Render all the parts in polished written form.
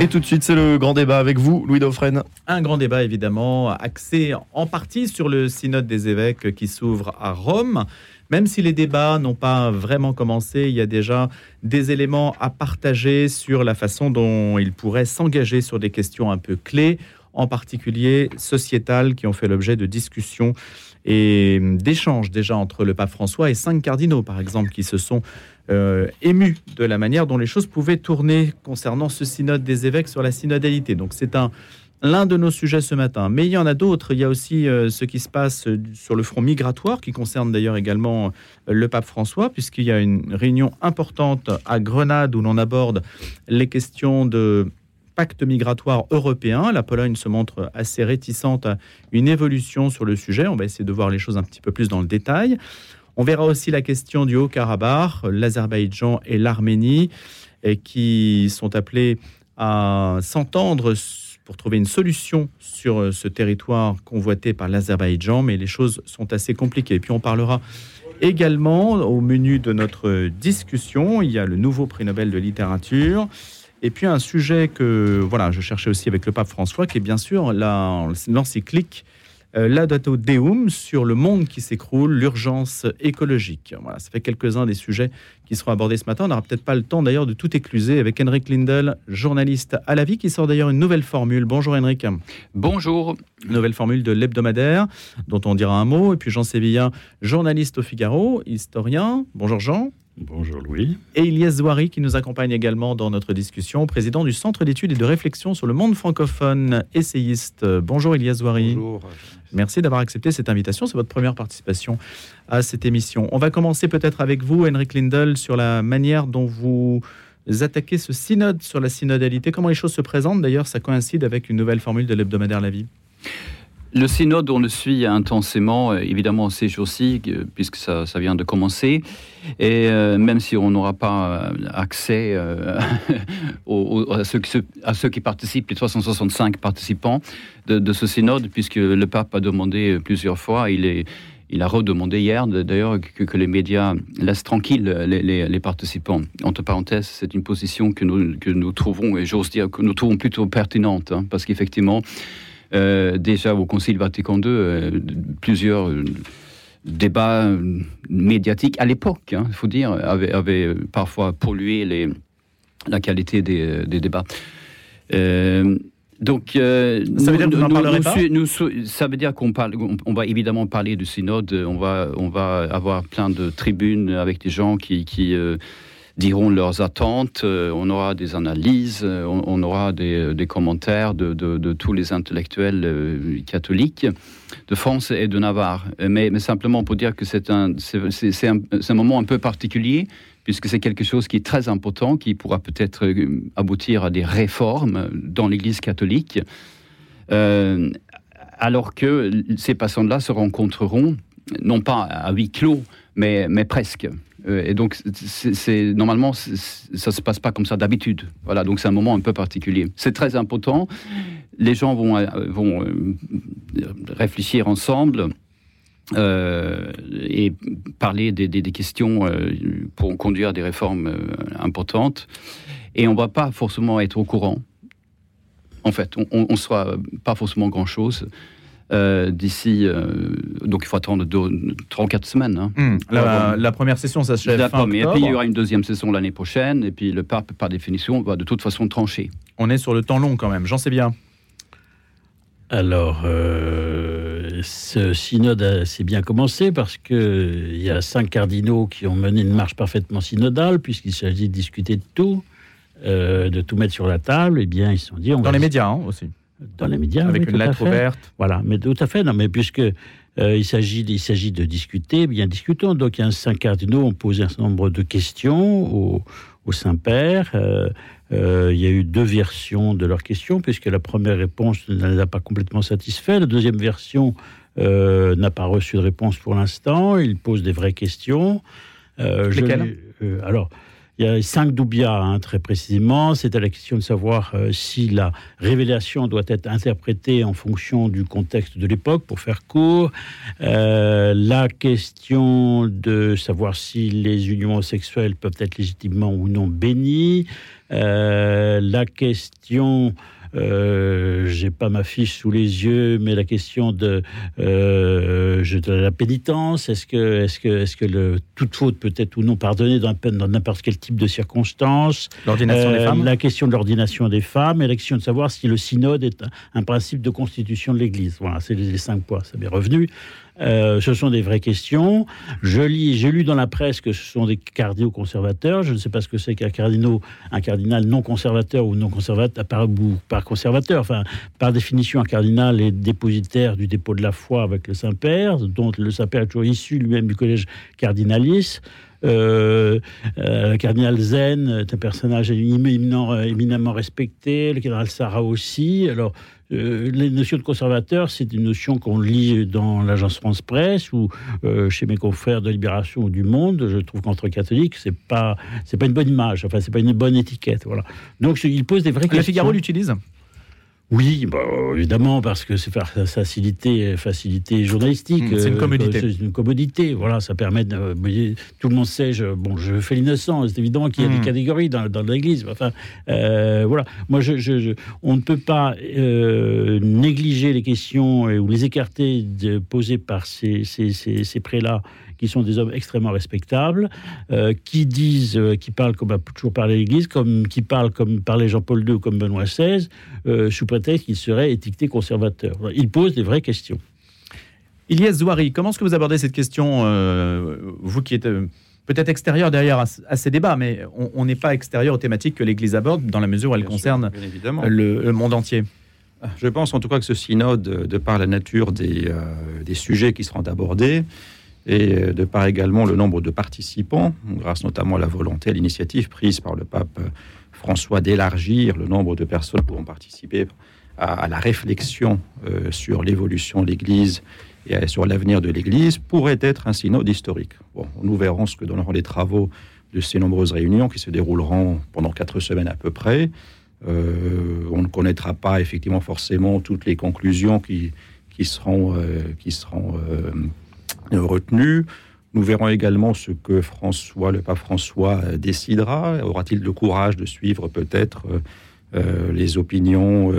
Et tout de suite, c'est le grand débat avec vous, Louis Dauphren. Un grand débat, évidemment, axé en partie sur le synode des évêques qui s'ouvre à Rome. Même si les débats n'ont pas vraiment commencé, il y a déjà des éléments à partager sur la façon dont ils pourraient s'engager sur des questions un peu clés, en particulier sociétales, qui ont fait l'objet de discussions et d'échanges déjà entre le pape François et 5 cardinaux, par exemple, qui se sont émus de la manière dont les choses pouvaient tourner concernant ce synode des évêques sur la synodalité. Donc c'est l'un de nos sujets ce matin. Mais il y en a d'autres. Il y a aussi ce qui se passe sur le front migratoire, qui concerne d'ailleurs également le pape François, puisqu'il y a une réunion importante à Grenade où l'on aborde les questions de pacte migratoire européen. La Pologne se montre assez réticente à une évolution sur le sujet. On va essayer de voir les choses un petit peu plus dans le détail. On verra aussi la question du Haut-Karabakh, l'Azerbaïdjan et l'Arménie, qui sont appelés à s'entendre pour trouver une solution sur ce territoire convoité par l'Azerbaïdjan, mais les choses sont assez compliquées. Et puis on parlera également, au menu de notre discussion, il y a le nouveau prix Nobel de littérature, et puis un sujet que je cherchais aussi avec le pape François, qui est bien sûr l'encyclique Laudato Deum sur le monde qui s'écroule, l'urgence écologique. Voilà, ça fait quelques-uns des sujets qui seront abordés ce matin. On n'aura peut-être pas le temps d'ailleurs de tout écluser avec Henrik Lindel, journaliste à La Vie, qui sort d'ailleurs une nouvelle formule. Bonjour Henrik. Bonjour. Nouvelle formule de l'hebdomadaire, dont on dira un mot. Et puis Jean Sévillia, journaliste au Figaro, historien. Bonjour Jean. Bonjour Louis. Et Ilyes Zouari qui nous accompagne également dans notre discussion, président du Centre d'études et de réflexion sur le monde francophone, essayiste. Bonjour Ilyes Zouari. Bonjour. Merci d'avoir accepté cette invitation. C'est votre première participation à cette émission. On va commencer peut-être avec vous, Henrik Lindel, sur la manière dont vous attaquez ce synode sur la synodalité. Comment les choses se présentent? D'ailleurs, ça coïncide avec une nouvelle formule de l'hebdomadaire La Vie. Le synode, on le suit intensément, évidemment, ces jours-ci, puisque ça vient de commencer. Et même si on n'aura pas accès à ceux qui participent, les 365 participants de ce synode, puisque le pape a demandé plusieurs fois, il a redemandé hier, d'ailleurs, que les médias laissent tranquilles les participants. Entre parenthèses, c'est une position que nous trouvons, et j'ose dire que nous trouvons plutôt pertinente, parce qu'effectivement, déjà au Concile Vatican II, plusieurs débats médiatiques à l'époque, il faut dire, avaient parfois pollué la qualité des débats. Donc, ça veut dire que vous n'en parlerez pas ? Ça veut dire qu'on va évidemment parler du synode. On va avoir plein de tribunes avec des gens qui diront leurs attentes. On aura des analyses, on aura des commentaires de tous les intellectuels catholiques de France et de Navarre. Mais simplement pour dire que c'est un moment un peu particulier, puisque c'est quelque chose qui est très important, qui pourra peut-être aboutir à des réformes dans l'Église catholique, alors que ces personnes-là se rencontreront, non pas à huis clos, mais presque. Et donc, normalement, ça ne se passe pas comme ça d'habitude. Voilà, donc c'est un moment un peu particulier. C'est très important. Les gens vont réfléchir ensemble et parler des questions pour conduire des réformes importantes. Et on ne va pas forcément être au courant. En fait, on ne sera pas forcément grand-chose. D'ici, donc il faut attendre 3 ou 4 semaines. La première session, ça se fait fin octobre. Et puis il y aura une deuxième session l'année prochaine, et puis le pape, par définition, va de toute façon trancher. On est sur le temps long quand même. Jean Sévillia. Alors, ce synode s'est bien commencé parce qu'il y a 5 cardinaux qui ont mené une marche parfaitement synodale, puisqu'il s'agit de discuter de tout mettre sur la table. Eh bien, ils se sont dit... Dans les médias aussi. Dans les médias, avec une lettre ouverte. Voilà, mais tout à fait. Non, mais puisque il s'agit de discuter, bien discutons. Donc, il y a 5 cardinaux ont posé un certain nombre de questions au Saint-Père. Il y a eu 2 versions de leurs questions, puisque la première réponse ne les a pas complètement satisfaits. La deuxième version n'a pas reçu de réponse pour l'instant. Ils posent des vraies questions. Lesquelles ? Alors, il y a 5 doubias, très précisément. C'était la question de savoir si la révélation doit être interprétée en fonction du contexte de l'époque, pour faire court. La question de savoir si les unions homosexuelles peuvent être légitimement ou non bénies. La question... j'ai pas ma fiche sous les yeux, mais la question de la pénitence, est-ce que toute faute peut être ou non pardonnée dans n'importe quel type de circonstances, l'ordination des femmes, la question de l'ordination des femmes, et la question de savoir si le synode est un principe de constitution de l'Église. Voilà, c'est les 5 points, ça m'est revenu. Ce sont des vraies questions. J'ai lu dans la presse que ce sont des cardinaux conservateurs. Je ne sais pas ce que c'est qu'un cardinal non conservateur ou non conservateur, par conservateur. Enfin, par définition, un cardinal est dépositaire du dépôt de la foi avec le Saint-Père, dont le Saint-Père est toujours issu lui-même du collège cardinalice. Le cardinal Zen est un personnage éminemment respecté, le cardinal Sarah aussi. Alors, les notions de conservateur, c'est une notion qu'on lit dans l'agence France-Presse ou chez mes confrères de Libération ou du Monde. Je trouve qu'entre catholiques, c'est pas une bonne image. Enfin, c'est pas une bonne étiquette. Voilà. Donc, il pose des vraies questions. Le Figaro l'utilise. Oui, évidemment, parce que c'est facilité journalistique. C'est une commodité. C'est une commodité, voilà, ça permet de... Tout le monde sait, je fais l'innocent, c'est évident qu'il y a des catégories dans l'Église. Enfin, voilà. Moi, on ne peut pas négliger les questions ou les écarter posées par ces prélats, qui sont des hommes extrêmement respectables, qui parlent comme a toujours parlé l'Église, qui parlent comme parlait Jean-Paul II ou comme Benoît XVI, sous prétexte qu'ils seraient étiquetés conservateurs. Ils posent des vraies questions. Ilyes Zouari, comment est-ce que vous abordez cette question, vous qui êtes peut-être extérieur derrière à ces débats, mais on n'est pas extérieur aux thématiques que l'Église aborde, dans la mesure où elle concerne le monde entier. Je pense en tout cas que ce synode, de par la nature des sujets qui seront abordés, et de par également le nombre de participants, grâce notamment à la volonté, à l'initiative prise par le pape François d'élargir le nombre de personnes pouvant participer à la réflexion sur l'évolution de l'Église et sur l'avenir de l'Église, pourrait être un synode historique. Bon, nous verrons ce que donneront les travaux de ces nombreuses réunions qui se dérouleront pendant 4 semaines à peu près. On ne connaîtra pas effectivement forcément toutes les conclusions qui seront retenues. Nous verrons également ce que le pape François décidera. Aura-t-il le courage de suivre peut-être les opinions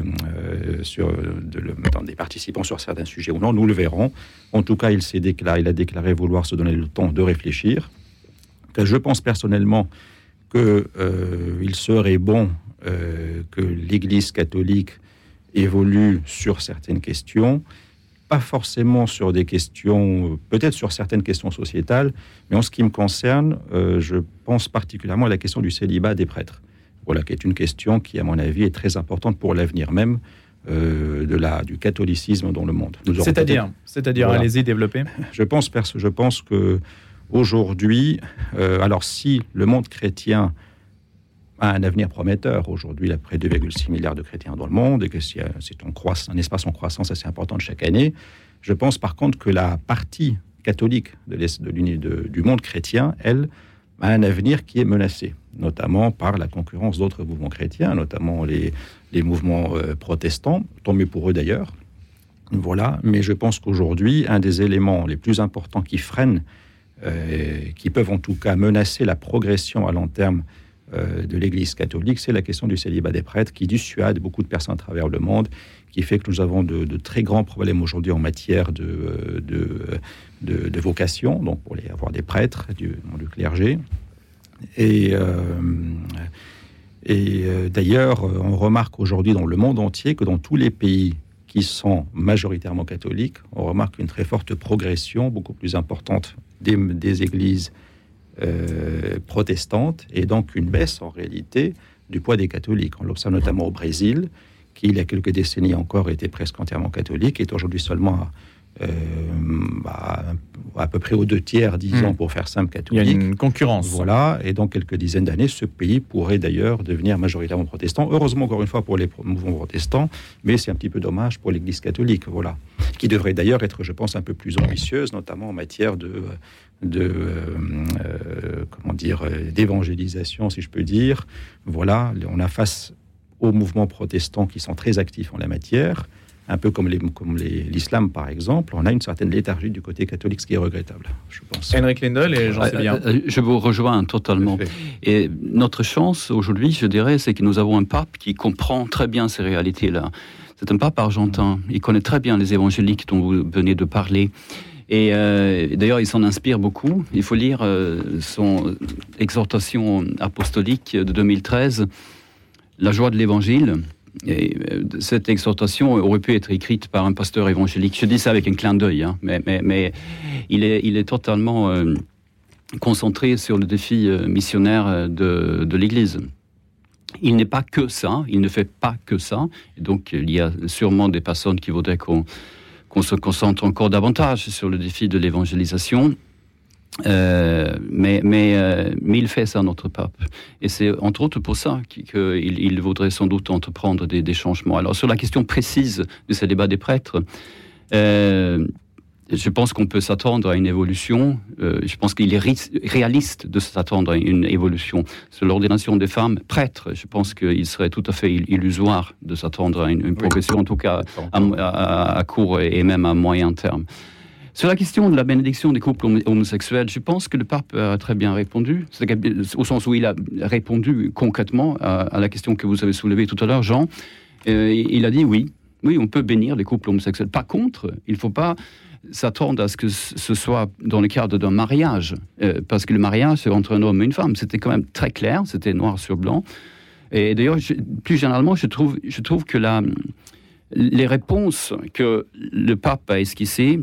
des participants sur certains sujets ou non? Nous le verrons. En tout cas, il a déclaré vouloir se donner le temps de réfléchir. Je pense personnellement qu'il serait bon que l'Église catholique évolue sur certaines questions, pas forcément sur des questions, peut-être sur certaines questions sociétales, mais en ce qui me concerne, je pense particulièrement à la question du célibat des prêtres. Voilà, qui est une question qui, à mon avis, est très importante pour l'avenir même du catholicisme dans le monde. C'est-à-dire, voilà. Allez-y, développez. Je pense que aujourd'hui, alors si le monde chrétien a un avenir prometteur, aujourd'hui, il y a près de 2,6 milliards de chrétiens dans le monde, et que c'est un espace en croissance assez important de chaque année, je pense par contre que la partie catholique du monde chrétien, elle, a un avenir qui est menacé, notamment par la concurrence d'autres mouvements chrétiens, notamment les mouvements protestants, tant mieux pour eux d'ailleurs. Voilà, mais je pense qu'aujourd'hui, un des éléments les plus importants qui freinent, qui peuvent en tout cas menacer la progression à long terme de l'Église catholique, c'est la question du célibat des prêtres qui dissuade beaucoup de personnes à travers le monde, qui fait que nous avons de très grands problèmes aujourd'hui en matière de vocation, donc pour avoir des prêtres du clergé. Et d'ailleurs, on remarque aujourd'hui dans le monde entier que dans tous les pays qui sont majoritairement catholiques, on remarque une très forte progression, beaucoup plus importante des églises protestantes, et donc une baisse en réalité du poids des catholiques. On l'observe notamment au Brésil, qui il y a quelques décennies encore était presque entièrement catholique, et est aujourd'hui seulement à peu près aux 2/3, disons, pour faire simple, catholique. Il y a une concurrence. Voilà, et dans quelques dizaines d'années, ce pays pourrait d'ailleurs devenir majoritairement protestant. Heureusement, encore une fois, pour les mouvements protestants, mais c'est un petit peu dommage pour l'Église catholique, voilà, qui devrait d'ailleurs être, je pense, un peu plus ambitieuse, notamment en matière d'évangélisation, si je peux dire. Voilà, on a face aux mouvements protestants qui sont très actifs en la matière, un peu comme l'islam, par exemple. On a une certaine léthargie du côté catholique, ce qui est regrettable, je pense. Henrik Lindell et Jean Sébillard. Je vous rejoins totalement. Et notre chance aujourd'hui, je dirais, c'est que nous avons un pape qui comprend très bien ces réalités-là. C'est un pape argentin. Il connaît très bien les évangéliques dont vous venez de parler. Et d'ailleurs, il s'en inspire beaucoup. Il faut lire son exhortation apostolique de 2013, La joie de l'évangile. Et cette exhortation aurait pu être écrite par un pasteur évangélique. Je dis ça avec un clin d'œil, hein, mais il est totalement concentré sur le défi missionnaire de l'Église. Il n'est pas que ça, il ne fait pas que ça. Et donc, il y a sûrement des personnes qui voudraient qu'on se concentre encore davantage sur le défi de l'évangélisation. Mais il fait ça, notre pape. Et c'est entre autres pour ça qu'il voudrait sans doute entreprendre des changements. Alors, sur la question précise de ce débat des prêtres, je pense qu'on peut s'attendre à une évolution. Je pense qu'il est réaliste de s'attendre à une évolution. Sur l'ordination des femmes prêtres, je pense qu'il serait tout à fait illusoire de s'attendre à une progression, en tout cas à court et même à moyen terme. Sur la question de la bénédiction des couples homosexuels, je pense que le pape a très bien répondu, au sens où il a répondu concrètement à la question que vous avez soulevée tout à l'heure, Jean. Il a dit oui, on peut bénir les couples homosexuels. Par contre, il ne faut pas s'attendre à ce que ce soit dans le cadre d'un mariage, parce que le mariage, c'est entre un homme et une femme. C'était quand même très clair, c'était noir sur blanc. Et d'ailleurs, plus généralement, je trouve que les réponses que le pape a esquissées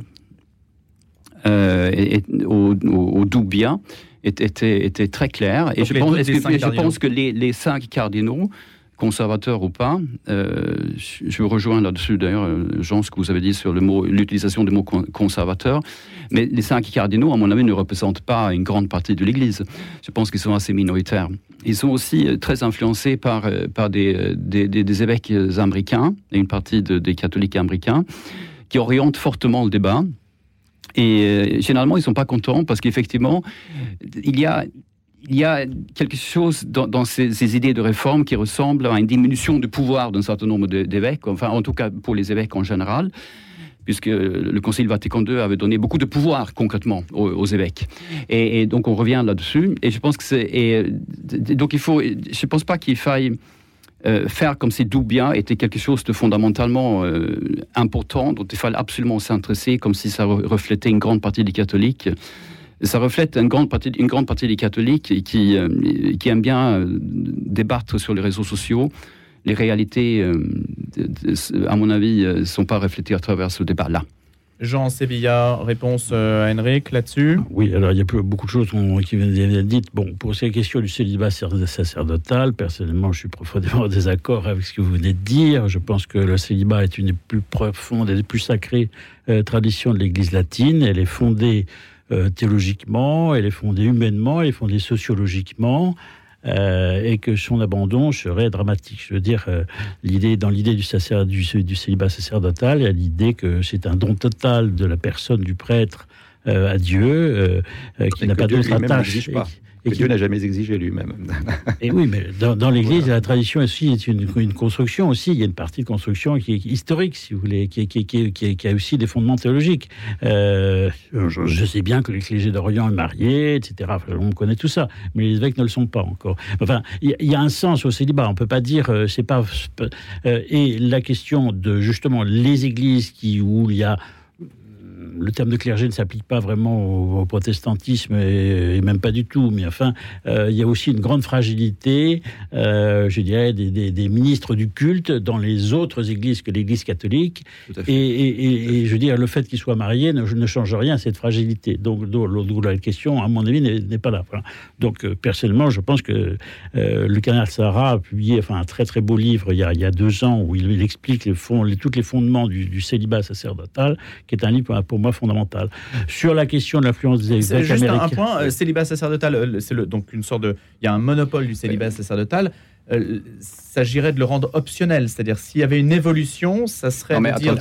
au Doubia était très clair. Et je pense que les 5 cardinaux, conservateurs ou pas, je rejoins là-dessus d'ailleurs, Jean, ce que vous avez dit sur l'utilisation du mot conservateur, mais les 5 cardinaux, à mon avis, ne représentent pas une grande partie de l'Église. Je pense qu'ils sont assez minoritaires. Ils sont aussi très influencés par des évêques américains et une partie des catholiques américains qui orientent fortement le débat. Et généralement, ils ne sont pas contents parce qu'effectivement, il y a quelque chose dans ces idées de réforme qui ressemble à une diminution du pouvoir d'un certain nombre d'évêques, enfin en tout cas pour les évêques en général, puisque le Concile Vatican II avait donné beaucoup de pouvoir concrètement aux évêques. Et donc on revient là-dessus. Et je pense que je pense pas qu'il faille faire comme si Doubia était quelque chose de fondamentalement important, dont il fallait absolument s'intéresser, comme si ça reflétait une grande partie des catholiques. Ça reflète une grande partie des catholiques qui aiment bien débattre sur les réseaux sociaux. Les réalités, à mon avis, ne sont pas reflétées à travers ce débat-là. Jean Sébillard, réponse à Henrik là-dessus. Oui, alors il y a beaucoup de choses qui viennent d'être dites. Bon, pour ces questions du célibat sacerdotal, personnellement, je suis profondément en désaccord avec ce que vous venez de dire. Je pense que le célibat est une des plus profondes et des plus sacrées traditions de l'Église latine. Elle est fondée théologiquement, elle est fondée humainement, elle est fondée sociologiquement. Et que son abandon serait dramatique. Je veux dire, dans l'idée du célibat sacerdotal, il y a l'idée que c'est un don total de la personne du prêtre à Dieu, qui n'a pas d'autre attache. Que Dieu n'a jamais exigé lui-même. Et oui, mais dans l'Église, voilà. La tradition aussi est une construction aussi. Il y a une partie de construction qui est historique, si vous voulez, qui a aussi des fondements théologiques. Je sais bien que le clergé d'Orient est marié, etc. Enfin, on connaît tout ça, mais les évêques ne le sont pas encore. Enfin, il y a un sens au célibat. On peut pas dire c'est pas. Et la question de justement les églises où il y a le terme de clergé ne s'applique pas vraiment au protestantisme et même pas du tout, mais enfin, il y a aussi une grande fragilité, je dirais, des ministres du culte dans les autres églises que l'Église catholique, et je veux dire, le fait qu'ils soient mariés ne change rien à cette fragilité. Donc la question, à mon avis, n'est pas là. Voilà. Donc, personnellement, je pense que le cardinal Sarah a publié un très très beau livre il y a 2 ans où il explique tous les fondements du célibat sacerdotal, qui est un livre pour moi fondamental. Sur la question de l'influence des évêques américains... C'est juste un point, célibat sacerdotal, c'est donc une sorte de... Il y a un monopole du célibat sacerdotal. S'agirait de le rendre optionnel, c'est-à-dire s'il y avait une évolution, ça serait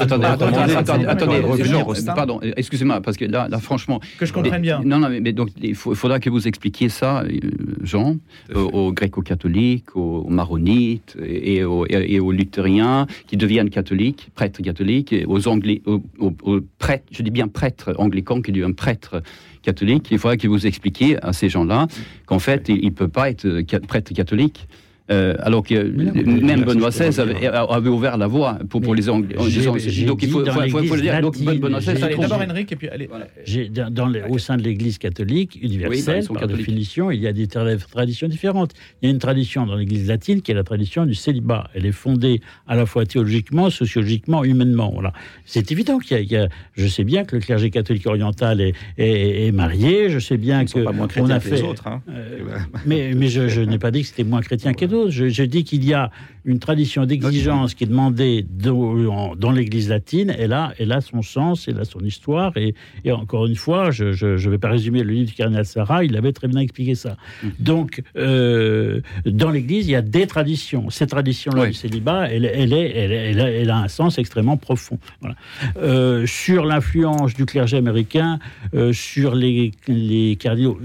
pardon, excusez-moi, parce que là franchement, que je comprenne bien. Non, mais donc il faudra que vous expliquiez ça, Jean, aux gréco-catholiques, aux maronites et aux luthériens qui deviennent catholiques, prêtres catholiques, et aux prêtres, je dis bien prêtres anglicans qui deviennent prêtres catholiques. Il faudra que vous expliquiez à ces gens-là qu'en fait, il ne peut pas être prêtre catholique. Alors que même Benoît XVI avait ouvert la voie pour les Anglais. Donc il faut le dire. Donc Benoît XVI. D'abord Henrik et puis allez. Au sein de l'Église catholique universelle, par définition, il y a des traditions différentes. Il y a une tradition dans l'Église latine qui est la tradition du célibat. Elle est fondée à la fois théologiquement, sociologiquement, humainement. Voilà. C'est évident je sais bien que le clergé catholique oriental est marié. Je sais bien que on a fait. Mais je n'ai pas dit que c'était moins chrétien que d'autres. Je dis qu'il y a une tradition d'exigence qui est demandée dans l'Église latine. Elle a son sens, elle a son histoire. Et encore une fois, je ne vais pas résumer le livre du cardinal Sarah, il avait très bien expliqué ça. Donc, dans l'Église, il y a des traditions. Cette tradition-là du célibat, elle a un sens extrêmement profond. Voilà. Sur l'influence du clergé américain, sur les cardinaux,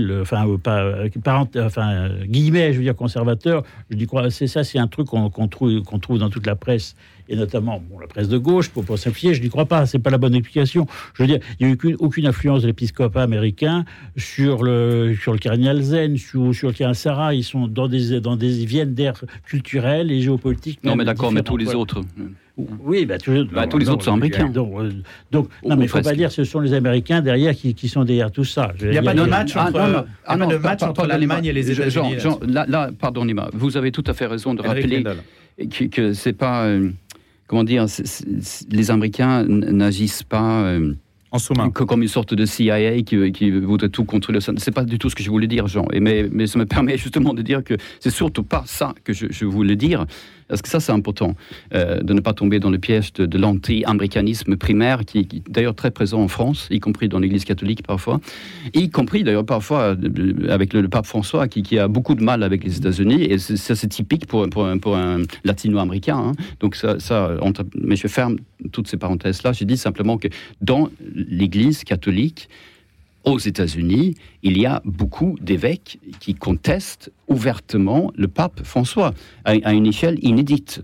guillemets, je veux dire conservateurs, je dis quoi, c'est un truc qu'on trouve dans toute la presse, et notamment la presse de gauche, pour simplifier, je n'y crois pas, c'est pas la bonne explication. Je veux dire, il n'y a eu aucune influence de l'épiscopat américain sur le cardinal Zen, sur le cardinal Sarah. Ils sont dans des viennent d'ères culturelles et géopolitiques. Non, mais d'accord, mais tous les autres. Oui, tous les autres sont américains. Donc non, mais il ne faut pas dire que ce sont les Américains derrière qui sont derrière tout ça. Il n'y a pas de match entre l'Allemagne et les États-Unis. Jean, là, pardon, Nima, vous avez tout à fait raison de rappeler que c'est pas... comment dire, les Américains n'agissent pas... en sous-main. Comme une sorte de CIA qui voudrait tout contrôler. C'est pas du tout ce que je voulais dire, Jean. Mais ça me permet justement de dire que c'est surtout pas ça que je voulais dire. Parce que ça, c'est important, de ne pas tomber dans le piège de l'anti-américanisme primaire, qui est d'ailleurs très présent en France, y compris dans l'Église catholique parfois, y compris d'ailleurs parfois avec le pape François, qui a beaucoup de mal avec les États-Unis, et ça c'est typique pour un latino-américain. Hein. Donc mais je ferme toutes ces parenthèses-là. Je dis simplement que dans l'Église catholique, aux États-Unis, il y a beaucoup d'évêques qui contestent ouvertement le pape François à une échelle inédite.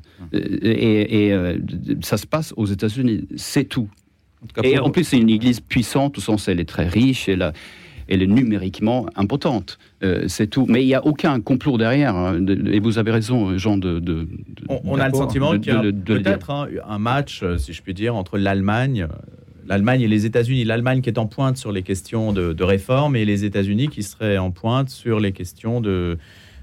Ça se passe aux États-Unis, c'est tout. Et en plus, c'est une église puissante, au sens où elle est très riche, elle est numériquement importante. C'est tout. Mais il n'y a aucun complot derrière. Hein, et vous avez raison, Jean, on a le sentiment qu'il y a peut-être un match, si je puis dire, entre l'Allemagne et les États-Unis. L'Allemagne qui est en pointe sur les questions de réforme et les États-Unis qui seraient en pointe sur les questions de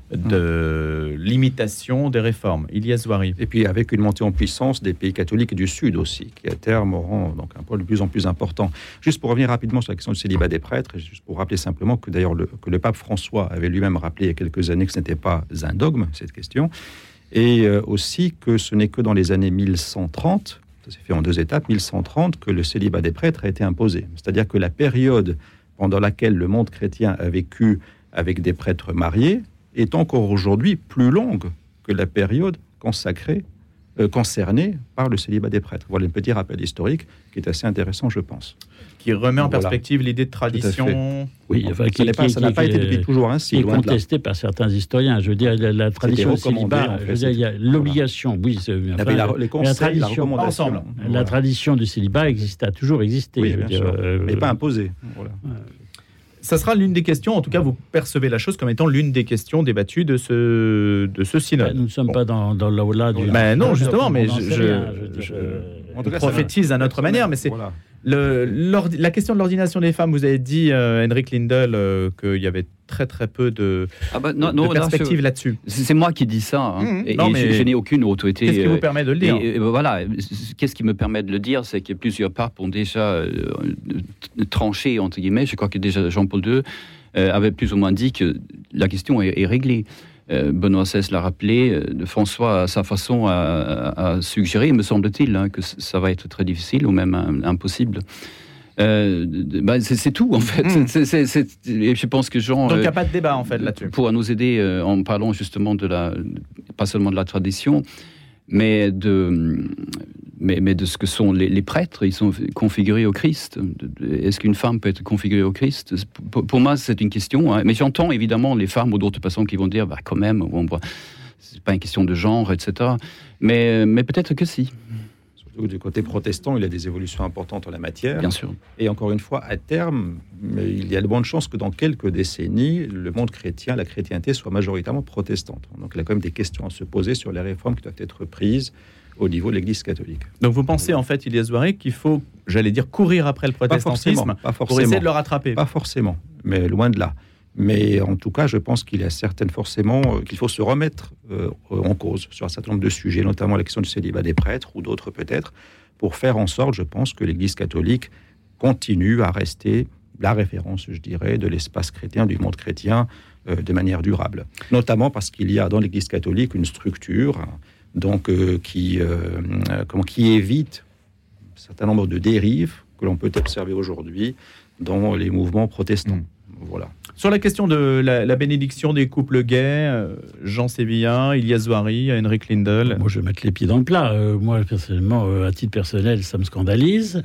limitation des réformes. Ilyes Zouari. Et puis avec une montée en puissance des pays catholiques du Sud aussi, qui à terme auront donc un poids de plus en plus important. Juste pour revenir rapidement sur la question du célibat des prêtres, et juste pour rappeler simplement que d'ailleurs que le pape François avait lui-même rappelé il y a quelques années que ce n'était pas un dogme, cette question, et aussi que ce n'est que dans les années 1130, ça s'est fait en 2 étapes, 1130, que le célibat des prêtres a été imposé. C'est-à-dire que la période pendant laquelle le monde chrétien a vécu avec des prêtres mariés est encore aujourd'hui plus longue que la période concernée par le célibat des prêtres. Voilà un petit rappel historique qui est assez intéressant, je pense. Qui remet en perspective l'idée de tradition. Oui, ça n'a pas été depuis toujours ainsi. Qui est contesté par certains historiens. Je veux dire, la tradition du célibat, il y a l'obligation. Oui, les conseils, la recommandation. Ensemble. La tradition du célibat a toujours existé. Oui, bien sûr, mais pas imposée. Voilà. Ça sera l'une des questions, en tout cas vous percevez la chose comme étant l'une des questions débattues de ce synode. Nous ne sommes pas dans l'aula du... non, justement, mais je prophétise à notre manière, mais c'est... Voilà. La question de l'ordination des femmes, vous avez dit, Henrik Lindell, qu'il y avait très très peu de perspectives là-dessus. C'est moi qui dis ça, hein. Je n'ai aucune autorité. Qu'est-ce qui vous permet de le dire ? Voilà, qu'est-ce qui me permet de le dire, c'est que plusieurs papes ont déjà tranché, entre guillemets. Je crois que déjà Jean-Paul II avait plus ou moins dit que la question est réglée. Benoît XVI l'a rappelé, François, à sa façon, a suggéré, me semble-t-il, hein, que ça va être très difficile ou même impossible. C'est tout, en fait. Et je pense que Jean... Donc il n'y a pas de débat, en fait, là-dessus. Pourra nous aider en parlant justement pas seulement de la tradition, mais de ce que sont les prêtres. Ils sont configurés au Christ. Est-ce qu'une femme peut être configurée au Christ ? Pour moi, c'est une question. Hein. Mais j'entends évidemment les femmes ou d'autres personnes qui vont dire, quand même, c'est pas une question de genre, etc. Mais peut-être que si. Surtout du côté protestant, il y a des évolutions importantes en la matière. Bien sûr. Et encore une fois, à terme, il y a de bonnes chances que dans quelques décennies, le monde chrétien, la chrétienté, soit majoritairement protestante. Donc il y a quand même des questions à se poser sur les réformes qui doivent être prises au niveau de l'Église catholique. Donc vous pensez en fait, Ilias Zouari, qu'il faut, j'allais dire, courir après le protestantisme pour essayer de le rattraper ? Pas forcément, mais loin de là. Mais en tout cas, je pense qu'il y a certaines forcément qu'il faut se remettre en cause sur un certain nombre de sujets, notamment la question du célibat des prêtres ou d'autres peut-être, pour faire en sorte, je pense, que l'Église catholique continue à rester la référence, je dirais, de l'espace chrétien, du monde chrétien, de manière durable. Notamment parce qu'il y a dans l'Église catholique une structure donc qui évite un certain nombre de dérives que l'on peut observer aujourd'hui dans les mouvements protestants. Voilà. Sur la question de la bénédiction des couples gays, Jean Sévillan, Ilias Zouari, Henrik Lindell. Moi, je vais mettre les pieds dans le plat. Moi, personnellement, à titre personnel, ça me scandalise.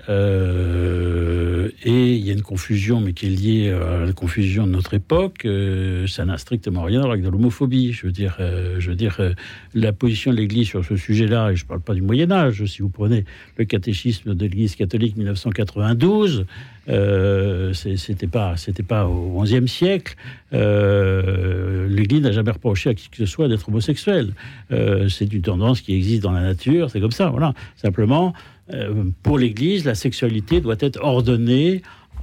Et il y a une confusion, mais qui est liée à la confusion de notre époque. Ça n'a strictement rien à voir avec de l'homophobie. Je veux dire, la position de l'Église sur ce sujet-là, et je ne parle pas du Moyen-Âge, si vous prenez le catéchisme de l'Église catholique 1992, c'était pas au XIe siècle. L'Église n'a jamais reproché à qui que ce soit d'être homosexuel. C'est une tendance qui existe dans la nature, c'est comme ça, voilà. Simplement, pour l'Église, la sexualité doit être ordonnée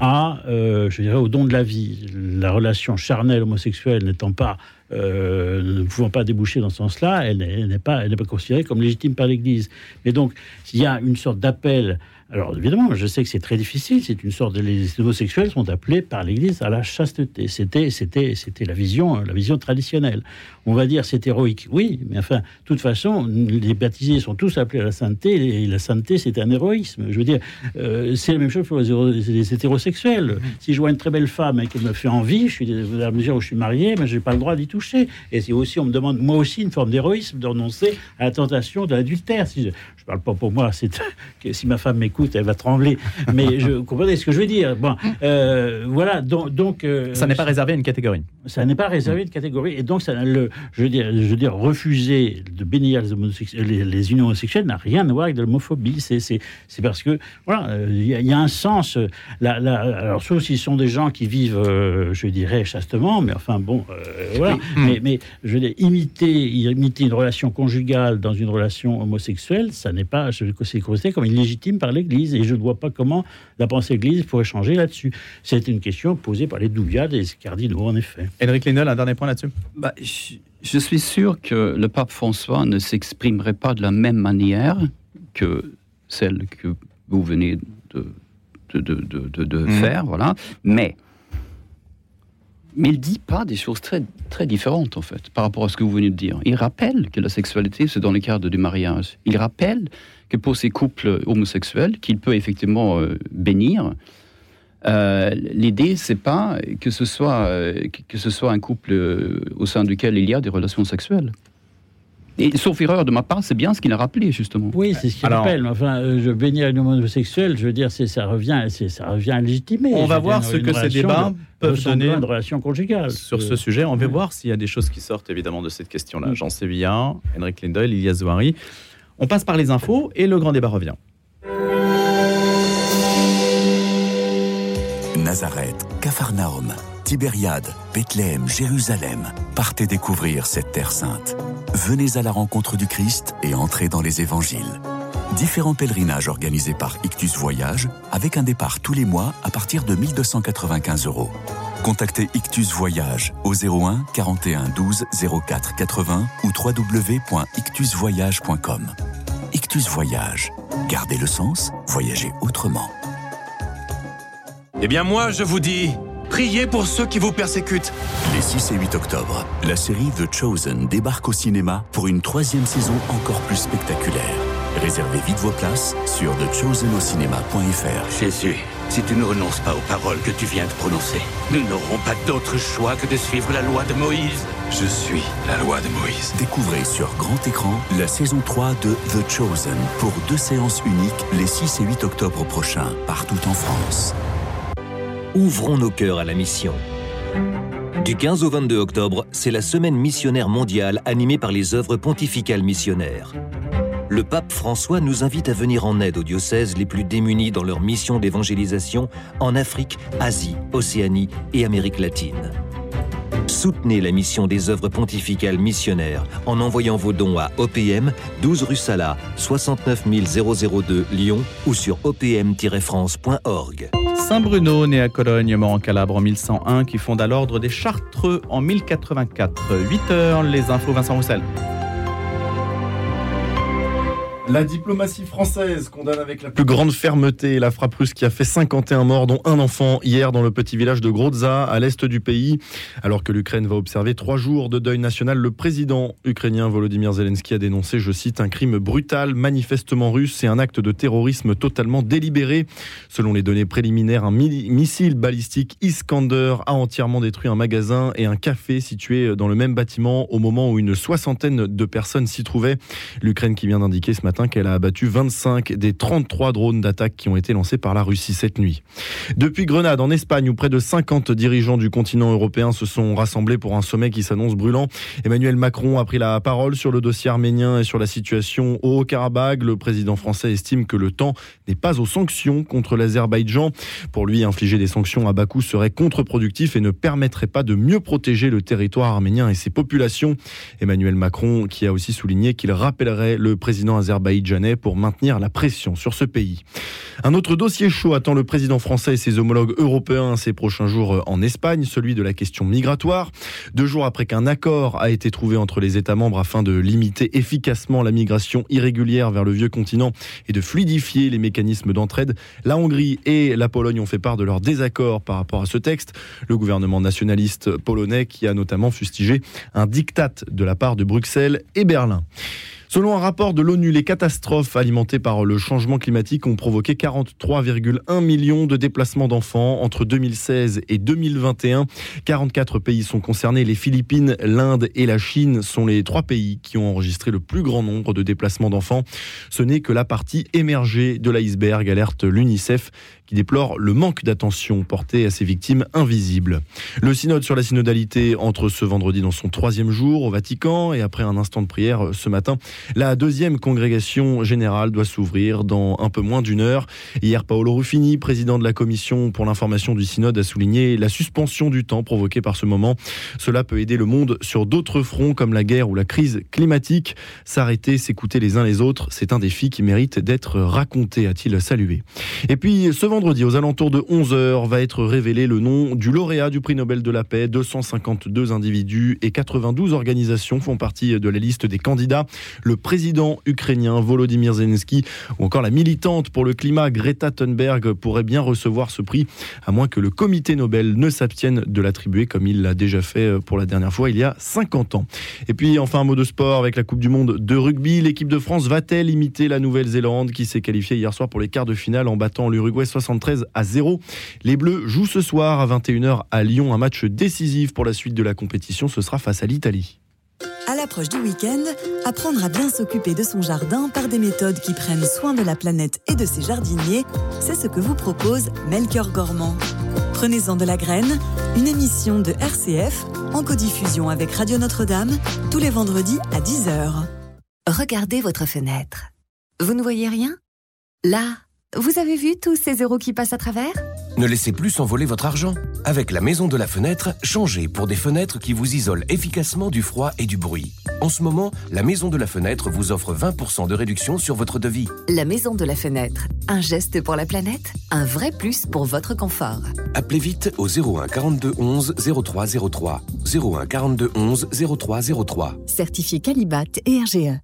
au don de la vie. La relation charnelle homosexuelle n'étant pas, ne pouvant pas déboucher dans ce sens-là, elle n'est pas considérée comme légitime par l'Église. Mais donc, il y a une sorte d'appel. Alors évidemment, je sais que c'est très difficile. C'est une sorte les homosexuels sont appelés par l'Église à la chasteté. C'était la vision traditionnelle. On va dire c'est héroïque, oui, mais enfin, de toute façon, les baptisés sont tous appelés à la sainteté. Et la sainteté, c'est un héroïsme. Je veux dire, c'est la même chose pour les hétérosexuels. Si je vois une très belle femme et qu'elle me fait envie, à la mesure où je suis marié, mais j'ai pas le droit d'y toucher. Et c'est aussi, on me demande moi aussi une forme d'héroïsme de renoncer à la tentation de l'adultère. Si je parle pas pour moi, si ma femme m'écoute, elle va trembler, mais vous comprenez ce que je veux dire. Bon, voilà, donc ça n'est pas réservé à une catégorie. Ça n'est pas réservé à une catégorie, et donc je veux dire, refuser de bénir les unions homosexuelles n'a rien à voir avec de l'homophobie. C'est parce que voilà, il y a un sens. Alors sauf s'ils sont des gens qui vivent, je dirais, chastement, mais enfin bon, voilà. Mais je veux dire, imiter une relation conjugale dans une relation homosexuelle, ça n'est pas, c'est considéré comme illégitime par l'Église. Et je ne vois pas comment la pensée Église pourrait changer là-dessus. C'est une question posée par les douviades et les cardinaux, en effet. Henrik Lindell, un dernier point là-dessus. Je suis sûr que le pape François ne s'exprimerait pas de la même manière que celle que vous venez de faire, voilà. Mais il ne dit pas des choses très, très différentes, en fait, par rapport à ce que vous venez de dire. Il rappelle que la sexualité, c'est dans le cadre du mariage. Il rappelle que pour ces couples homosexuels, qu'il peut effectivement bénir, l'idée, c'est pas que ce soit un couple au sein duquel il y a des relations sexuelles. Et sauf erreur de ma part, c'est bien ce qu'il a rappelé, justement. Oui, c'est ce qu'il rappelle. Enfin, bénir une union homosexuelle, je veux dire, ça revient à légitimer. On va voir ce que ces débats peuvent donner de relation conjugale. Sur ce sujet, on va voir s'il y a des choses qui sortent, évidemment, de cette question-là. Jean Sévillan, Henrik Lindell, Ilias Zouari. On passe par les infos et le grand débat revient. Nazareth, Capharnaüm, Tibériade, Bethléem, Jérusalem. Partez découvrir cette terre sainte. Venez à la rencontre du Christ et entrez dans les évangiles. Différents pèlerinages organisés par Ictus Voyage avec un départ tous les mois à partir de 1 295 €. Contactez Ictus Voyage au 01 41 12 04 80 ou www.ictusvoyage.com. Ictus Voyage. Gardez le sens, voyagez autrement. Eh bien moi, je vous dis, priez pour ceux qui vous persécutent. Les 6 et 8 octobre, la série The Chosen débarque au cinéma pour une 3e saison encore plus spectaculaire. Réservez vite vos places sur thechosenocinema.fr. Jésus, si tu ne renonces pas aux paroles que tu viens de prononcer, nous n'aurons pas d'autre choix que de suivre la loi de Moïse. Je suis la loi de Moïse. Découvrez sur grand écran la saison 3 de The Chosen pour 2 séances uniques les 6 et 8 octobre prochains, partout en France. Ouvrons nos cœurs à la mission. Du 15 au 22 octobre, c'est la semaine missionnaire mondiale animée par les œuvres pontificales missionnaires. Le pape François nous invite à venir en aide aux diocèses les plus démunis dans leur mission d'évangélisation en Afrique, Asie, Océanie et Amérique latine. Soutenez la mission des œuvres pontificales missionnaires en envoyant vos dons à OPM, 12 rue Salat, 69 002 Lyon ou sur opm-france.org. Saint Bruno, né à Cologne, mort en Calabre en 1101, qui fonda l'ordre des Chartreux en 1084. 8h, les infos, Vincent Roussel. La diplomatie française condamne avec la plus grande fermeté la frappe russe qui a fait 51 morts, dont un enfant, hier dans le petit village de Grodza, à l'est du pays. Alors que l'Ukraine va observer 3 jours de deuil national, le président ukrainien Volodymyr Zelensky a dénoncé, je cite, un crime brutal, manifestement russe et un acte de terrorisme totalement délibéré. Selon les données préliminaires, un missile balistique Iskander a entièrement détruit un magasin et un café situé dans le même bâtiment au moment où une 60aine de personnes s'y trouvaient. L'Ukraine qui vient d'indiquer ce matin qu'elle a abattu 25 des 33 drones d'attaque qui ont été lancés par la Russie cette nuit. Depuis Grenade, en Espagne, où près de 50 dirigeants du continent européen se sont rassemblés pour un sommet qui s'annonce brûlant, Emmanuel Macron a pris la parole sur le dossier arménien et sur la situation au Haut-Karabagh. Le président français estime que le temps n'est pas aux sanctions contre l'Azerbaïdjan. Pour lui, infliger des sanctions à Bakou serait contre-productif et ne permettrait pas de mieux protéger le territoire arménien et ses populations. Emmanuel Macron qui a aussi souligné qu'il rappellerait le président azerbaïdjanais pour maintenir la pression sur ce pays. Un autre dossier chaud attend le président français et ses homologues européens ces prochains jours en Espagne, celui de la question migratoire. 2 jours après qu'un accord a été trouvé entre les États membres afin de limiter efficacement la migration irrégulière vers le vieux continent et de fluidifier les mécanismes d'entraide, la Hongrie et la Pologne ont fait part de leur désaccord par rapport à ce texte. Le gouvernement nationaliste polonais qui a notamment fustigé un diktat de la part de Bruxelles et Berlin. Selon un rapport de l'ONU, les catastrophes alimentées par le changement climatique ont provoqué 43,1 millions de déplacements d'enfants entre 2016 et 2021. 44 pays sont concernés. Les Philippines, l'Inde et la Chine sont les 3 pays qui ont enregistré le plus grand nombre de déplacements d'enfants. Ce n'est que la partie émergée de l'iceberg, alerte l'UNICEF, qui déplore le manque d'attention porté à ces victimes invisibles. Le synode sur la synodalité entre ce vendredi dans son 3e jour au Vatican et après un instant de prière ce matin, la 2e congrégation générale doit s'ouvrir dans un peu moins d'1 heure. Hier, Paolo Ruffini, président de la commission pour l'information du synode, a souligné la suspension du temps provoquée par ce moment. Cela peut aider le monde sur d'autres fronts comme la guerre ou la crise climatique. S'arrêter, s'écouter les uns les autres, c'est un défi qui mérite d'être raconté, a-t-il salué. Et puis, ce vendredi, aux alentours de 11h, va être révélé le nom du lauréat du prix Nobel de la paix. 252 individus et 92 organisations font partie de la liste des candidats. Le président ukrainien Volodymyr Zelensky ou encore la militante pour le climat Greta Thunberg pourraient bien recevoir ce prix, à moins que le comité Nobel ne s'abstienne de l'attribuer comme il l'a déjà fait pour la dernière fois il y a 50 ans. Et puis enfin un mot de sport avec la Coupe du Monde de rugby. L'équipe de France va-t-elle imiter la Nouvelle-Zélande qui s'est qualifiée hier soir pour les quarts de finale en battant l'Uruguay 73-0. Les Bleus jouent ce soir à 21h à Lyon, un match décisif pour la suite de la compétition. Ce sera face à l'Italie. À l'approche du week-end, apprendre à bien s'occuper de son jardin par des méthodes qui prennent soin de la planète et de ses jardiniers, c'est ce que vous propose Melchior Gormand. Prenez-en de la graine, une émission de RCF en codiffusion avec Radio Notre-Dame tous les vendredis à 10h. Regardez votre fenêtre. Vous ne voyez rien ? Là, vous avez vu tous ces zéros qui passent à travers ? Ne laissez plus s'envoler votre argent. Avec la Maison de la Fenêtre, changez pour des fenêtres qui vous isolent efficacement du froid et du bruit. En ce moment, la Maison de la Fenêtre vous offre 20% de réduction sur votre devis. La Maison de la Fenêtre. Un geste pour la planète, un vrai plus pour votre confort. Appelez vite au 01 42 11 03 03. 01 42 11 03 03. Certifié Qualibat et RGE.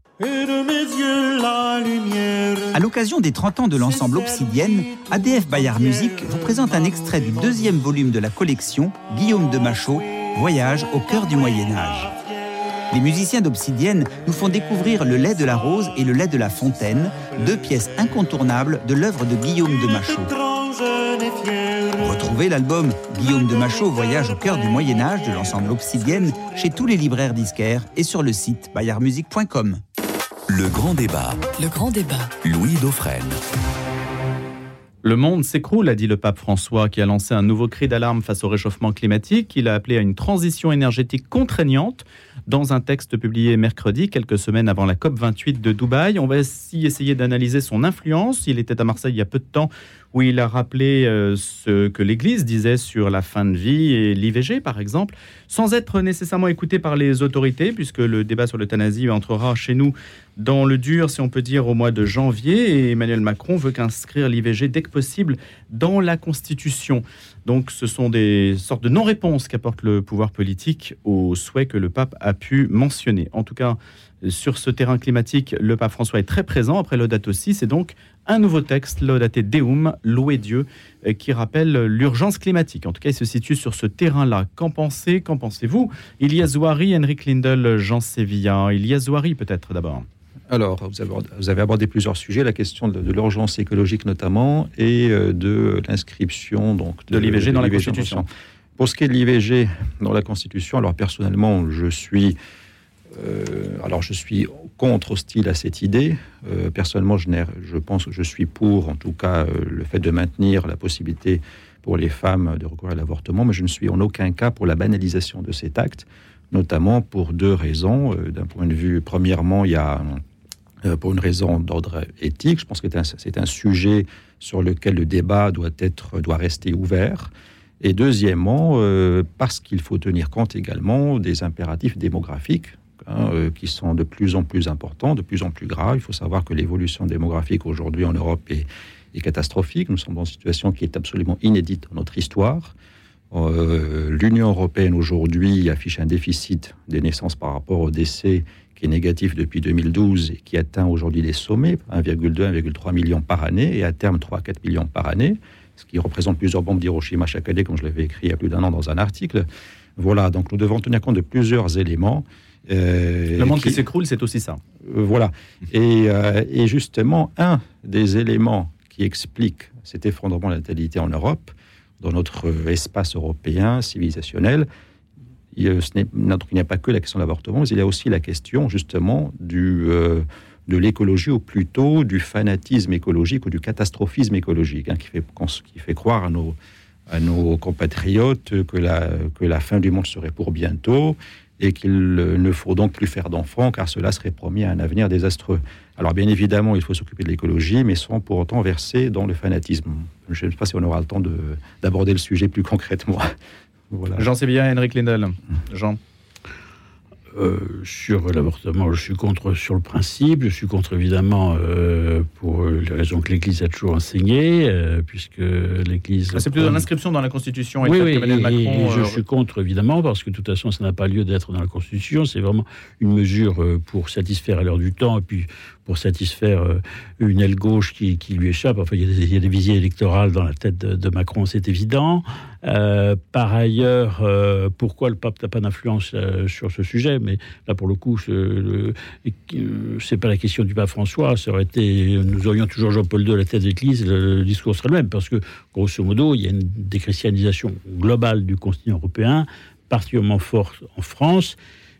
À l'occasion des 30 ans de l'ensemble Obsidienne, ADF Bayard Music vous présente un extrait du 2e volume de la collection Guillaume de Machaut, Voyage au cœur du Moyen-Âge. Les musiciens d'Obsidienne nous font découvrir Le lait de la rose et Le lait de la fontaine, 2 pièces incontournables de l'œuvre de Guillaume de Machaut. Retrouvez l'album Guillaume de Machaut, Voyage au cœur du Moyen-Âge de l'ensemble Obsidienne chez tous les libraires disquaires et sur le site bayardmusic.com. Le grand débat. Le grand débat. Louis Dauphren. Le monde s'écroule, a dit le pape François, qui a lancé un nouveau cri d'alarme face au réchauffement climatique. Il a appelé à une transition énergétique contraignante dans un texte publié mercredi, quelques semaines avant la COP28 de Dubaï. On va aussi essayer d'analyser son influence. Il était à Marseille il y a peu de temps, où il a rappelé ce que l'Église disait sur la fin de vie et l'IVG, par exemple, sans être nécessairement écouté par les autorités, puisque le débat sur l'euthanasie entrera chez nous dans le dur, si on peut dire, au mois de janvier. Et Emmanuel Macron veut qu'inscrire l'IVG dès que possible dans la Constitution. Donc ce sont des sortes de non-réponses qu'apporte le pouvoir politique aux souhaits que le pape a pu mentionner. En tout cas, sur ce terrain climatique, le pape François est très présent. Après Laudato Si, c'est donc un nouveau texte, Laudate Deum, louer Dieu, qui rappelle l'urgence climatique. En tout cas, il se situe sur ce terrain-là. Qu'en pensez-vous? Ilyes Zouari, Henrik Lindel, Jean Sévilla. Ilyes Zouari, peut-être d'abord. Alors, vous avez abordé plusieurs sujets, la question de l'urgence écologique notamment, et de l'inscription donc, de l'IVG dans la Constitution. Pour ce qui est de l'IVG dans la Constitution, alors personnellement, je suis contre, hostile à cette idée. Personnellement, je pense que je suis pour, en tout cas, le fait de maintenir la possibilité pour les femmes de recourir à l'avortement, mais je ne suis en aucun cas pour la banalisation de cet acte, notamment pour 2 raisons. D'un point de vue, premièrement, il y a pour une raison d'ordre éthique. Je pense que c'est un sujet sur lequel le débat doit rester ouvert. Et deuxièmement, parce qu'il faut tenir compte également des impératifs démographiques qui sont de plus en plus importants, de plus en plus graves. Il faut savoir que l'évolution démographique aujourd'hui en Europe est catastrophique. Nous sommes dans une situation qui est absolument inédite dans notre histoire. L'Union européenne aujourd'hui affiche un déficit des naissances par rapport au décès qui est négatif depuis 2012 et qui atteint aujourd'hui des sommets, 1,2, 1,3 millions par année et à terme 3 à 4 millions par année, ce qui représente plusieurs bombes d'Hiroshima chaque année, comme je l'avais écrit il y a plus d'1 an dans un article. Voilà, donc nous devons tenir compte de plusieurs éléments. Le monde qui s'écroule, c'est aussi ça. Voilà. Et justement, un des éléments qui explique cet effondrement de la natalité en Europe, dans notre espace européen civilisationnel, il n'y a pas que la question de l'avortement, mais il y a aussi la question justement de l'écologie, ou plutôt du fanatisme écologique ou du catastrophisme écologique, qui fait croire à nos compatriotes que la fin du monde serait pour bientôt et qu'il ne faut donc plus faire d'enfants car cela serait promis à un avenir désastreux. Alors bien évidemment, il faut s'occuper de l'écologie, mais sans pour autant verser dans le fanatisme. Je ne sais pas si on aura le temps d'aborder le sujet plus concrètement. Voilà. Jean Sévilla, Henrik Lindel. Jean. Sur l'avortement, je suis contre sur le principe. Je suis contre évidemment pour les raisons que l'Église a toujours enseignées, puisque l'Église. C'est plutôt l'inscription dans la Constitution. Oui, Emmanuel Macron. Je suis contre évidemment parce que de toute façon, ça n'a pas lieu d'être dans la Constitution. C'est vraiment une mesure pour satisfaire à l'heure du temps et puis pour satisfaire une aile gauche qui lui échappe. Enfin, il y a des visées électorales dans la tête de Macron, c'est évident. Par ailleurs, pourquoi le pape n'a pas d'influence sur ce sujet? Mais là, pour le coup, c'est pas la question du pape François. Ça aurait été, nous aurions toujours Jean-Paul II à la tête de l'Église, le discours serait le même, parce que grosso modo, il y a une déchristianisation globale du continent européen, particulièrement forte en France.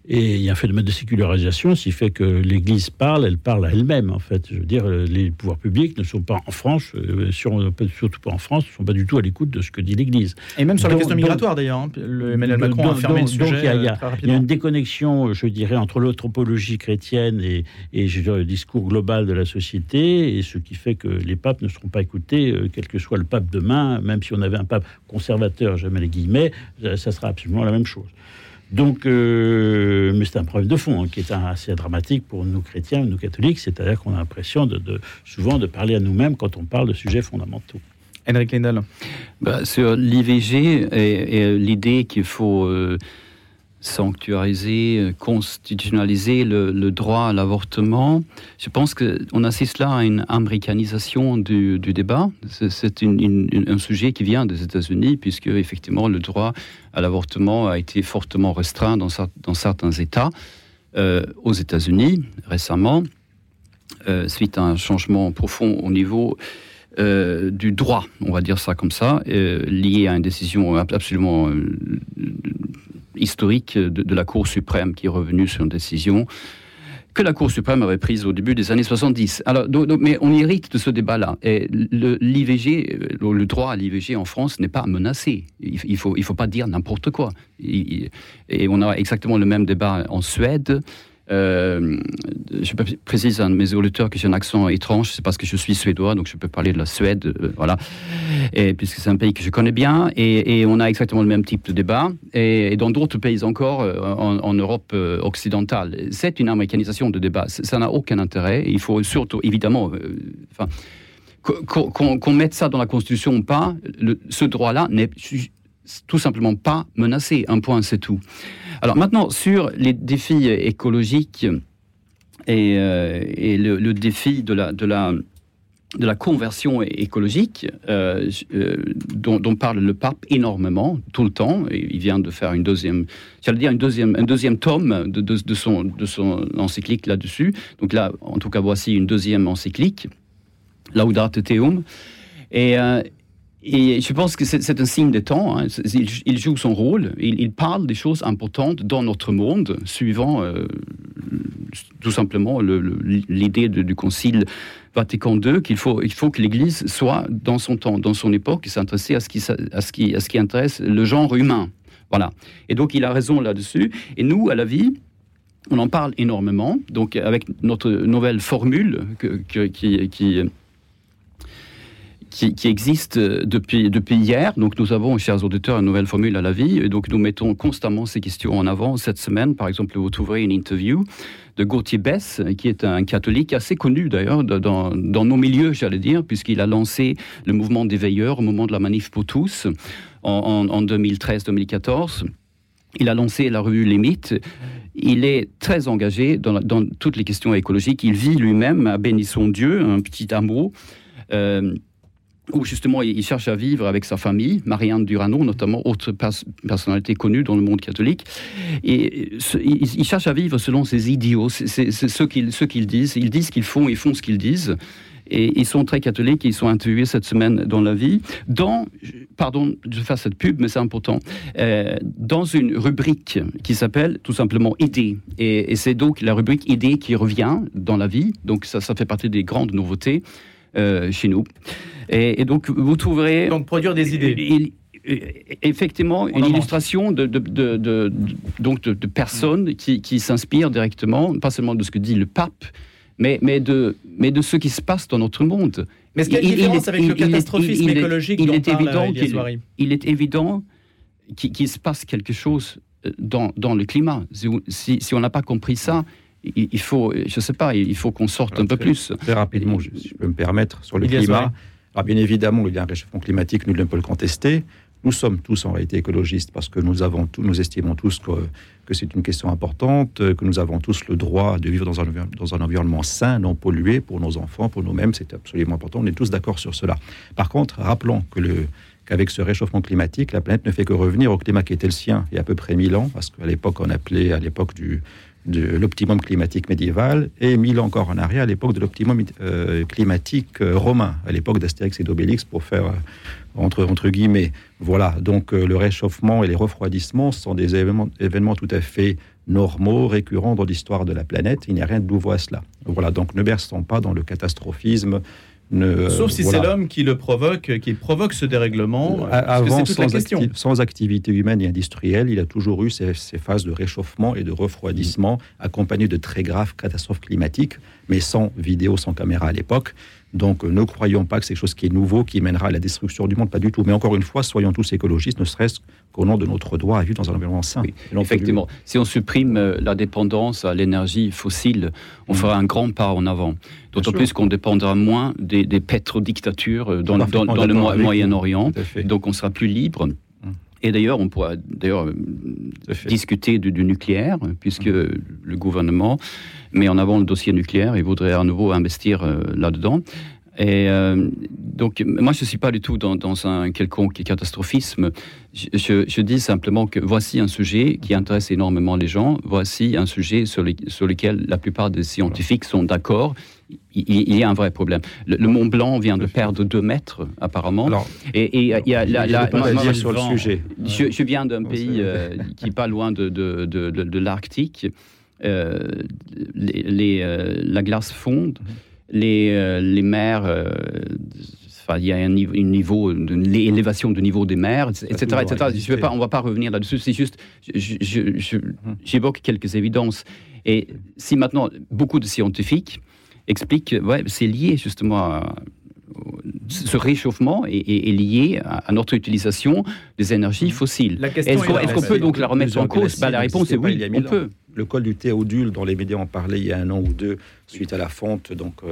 Et il y a un phénomène de sécularisation, ce qui fait que l'Église parle, elle parle à elle-même, en fait. Je veux dire, les pouvoirs publics ne sont pas en France, surtout pas en France, ne sont pas du tout à l'écoute de ce que dit l'Église. Et même sur la question migratoire, d'ailleurs. Emmanuel Macron a fermé le sujet. Donc, il y a une déconnexion, je dirais, entre l'anthropologie chrétienne et je dirais, le discours global de la société, et ce qui fait que les papes ne seront pas écoutés, quel que soit le pape demain, même si on avait un pape conservateur, jamais les guillemets, ça sera absolument la même chose. Donc, mais c'est un problème de fond qui est assez dramatique pour nous chrétiens, nous catholiques, c'est-à-dire qu'on a l'impression souvent de parler à nous-mêmes quand on parle de sujets fondamentaux. Henrik Lindahl. Sur l'IVG et l'idée qu'il faut sanctuariser, constitutionnaliser le droit à l'avortement, je pense qu'on assiste là à une américanisation du débat. C'est un sujet qui vient des États-Unis, puisque effectivement le droit à l'avortement a été fortement restreint dans certains États. Aux États-Unis, récemment, suite à un changement profond au niveau du droit, on va dire ça comme ça, lié à une décision absolument historique de la Cour suprême qui est revenue sur une décision que la Cour suprême avait prise au début des années 70. Alors, mais on hérite de ce débat-là. Et l'IVG, le droit à l'IVG en France n'est pas menacé. Il faut pas dire n'importe quoi. Et on a exactement le même débat en Suède. Je précise à un de mes auditeurs que j'ai un accent étrange, c'est parce que je suis suédois, donc je peux parler de la Suède, voilà. Et puisque c'est un pays que je connais bien, et on a exactement le même type de débat. Et dans d'autres pays encore, en Europe occidentale, c'est une américanisation de débat. Ça n'a aucun intérêt. Il faut surtout, évidemment, qu'on mette ça dans la Constitution ou pas, ce droit-là n'est tout simplement pas menacé. Un point, c'est tout. Alors maintenant, sur les défis écologiques et le défi de la conversion écologique, dont parle le pape énormément, tout le temps. Il vient de faire un deuxième tome de son encyclique là-dessus. Donc là, en tout cas, voici une deuxième encyclique, Laudate Deum. Et je pense que c'est un signe des temps. Il joue son rôle. Il parle des choses importantes dans notre monde, suivant tout simplement l'idée du Concile Vatican II, qu'il faut que l'Église soit dans son temps, dans son époque, et s'intéresser à ce qui intéresse le genre humain. Voilà. Et donc il a raison là-dessus. Et nous, à la vie, on en parle énormément. Donc avec notre nouvelle formule qui existe depuis hier. Donc nous avons, chers auditeurs, une nouvelle formule à la vie. Et donc nous mettons constamment ces questions en avant. Cette semaine, par exemple, vous trouverez une interview de Gauthier Besse, qui est un catholique assez connu d'ailleurs dans nos milieux, j'allais dire, puisqu'il a lancé le mouvement des veilleurs au moment de la Manif pour tous en 2013-2014. Il a lancé la revue Les Mythes. Il est très engagé dans toutes les questions écologiques. Il vit lui-même à Bénisson-Dieu, un petit hameau, où justement il cherche à vivre avec sa famille, Marianne Durano notamment, autre personnalité connue dans le monde catholique, et il cherche à vivre selon ses idéaux, c'est ce qu'ils disent, ils disent ce qu'ils font, ils font ce qu'ils disent, et ils sont très catholiques, ils sont interviewés cette semaine dans La Vie, pardon de faire cette pub, mais c'est important, dans une rubrique qui s'appelle tout simplement Idées, et c'est donc la rubrique Idées qui revient dans La Vie, donc ça fait partie des grandes nouveautés chez nous. Et donc, vous trouverez... Donc, produire des idées. Effectivement, une illustration de personnes qui s'inspirent directement, pas seulement de ce que dit le pape, mais de ce qui se passe dans notre monde. Mais est-ce qu'il y a une différence avec le catastrophisme écologique dont parle Elias Warry ? Il est évident qu'il se passe quelque chose dans le climat. Si on n'a pas compris ça, il faut, je ne sais pas, il faut qu'on sorte un peu plus. Très rapidement, je peux me permettre, sur le climat. Alors bien évidemment, il y a un réchauffement climatique, nul ne peut le contester. Nous sommes tous en réalité écologistes parce que nous estimons tous que c'est une question importante, que nous avons tous le droit de vivre dans un environnement sain, non pollué, pour nos enfants, pour nous-mêmes, c'est absolument important. On est tous d'accord sur cela. Par contre, rappelons qu'avec ce réchauffement climatique, la planète ne fait que revenir au climat qui était le sien il y a à peu près 1000 ans, parce qu'à l'époque, on appelait à l'époque de l'optimum climatique médiéval, et 1000 ans encore en arrière, à l'époque de l'optimum climatique romain, à l'époque d'Astérix et d'Obélix, pour faire entre guillemets. Voilà, donc le réchauffement et les refroidissements sont des événements tout à fait normaux, récurrents dans l'histoire de la planète. Il n'y a rien de nouveau à cela. Voilà, donc ne versons pas dans le catastrophisme. Sauf si c'est l'homme qui le provoque, qui provoque ce dérèglement. Avant, sans activité humaine et industrielle, il a toujours eu ces phases de réchauffement et de refroidissement accompagnées de très graves catastrophes climatiques, mais sans vidéo, sans caméra à l'époque. Donc ne croyons pas que c'est quelque chose qui est nouveau, qui mènera à la destruction du monde, pas du tout. Mais encore une fois, soyons tous écologistes, ne serait-ce qu'au nom de notre droit à vivre dans un environnement sain. Oui, effectivement, si on supprime la dépendance à l'énergie fossile, on fera un grand pas en avant. D'autant plus qu'on dépendra moins des pétrodictatures dans le Moyen-Orient. Donc on sera plus libre. Et d'ailleurs, on pourra discuter du nucléaire, puisque le gouvernement met en avant le dossier nucléaire et voudrait à nouveau investir là-dedans. Et donc, moi, je ne suis pas du tout dans un quelconque catastrophisme. Je dis simplement que voici un sujet qui intéresse énormément les gens. Voici un sujet sur lequel la plupart des scientifiques sont d'accord. Il y a un vrai problème. Le Mont Blanc vient de perdre 2 mètres, apparemment. Alors, et il y a sur le sujet. Je viens d'un pays qui n'est pas loin de l'Arctique. La glace fonde. Les mers, il y a une élévation du niveau des mers, etc. On ne va pas revenir là-dessus, c'est juste, j'évoque quelques évidences. Et si maintenant, beaucoup de scientifiques expliquent que c'est lié justement à ce réchauffement est lié à notre utilisation des énergies fossiles. Est-ce qu'on peut donc la remettre en cause ? La réponse est oui, on peut. Le col du Théodule, dont les médias ont parlé il y a 1 an ou 2, suite à la fonte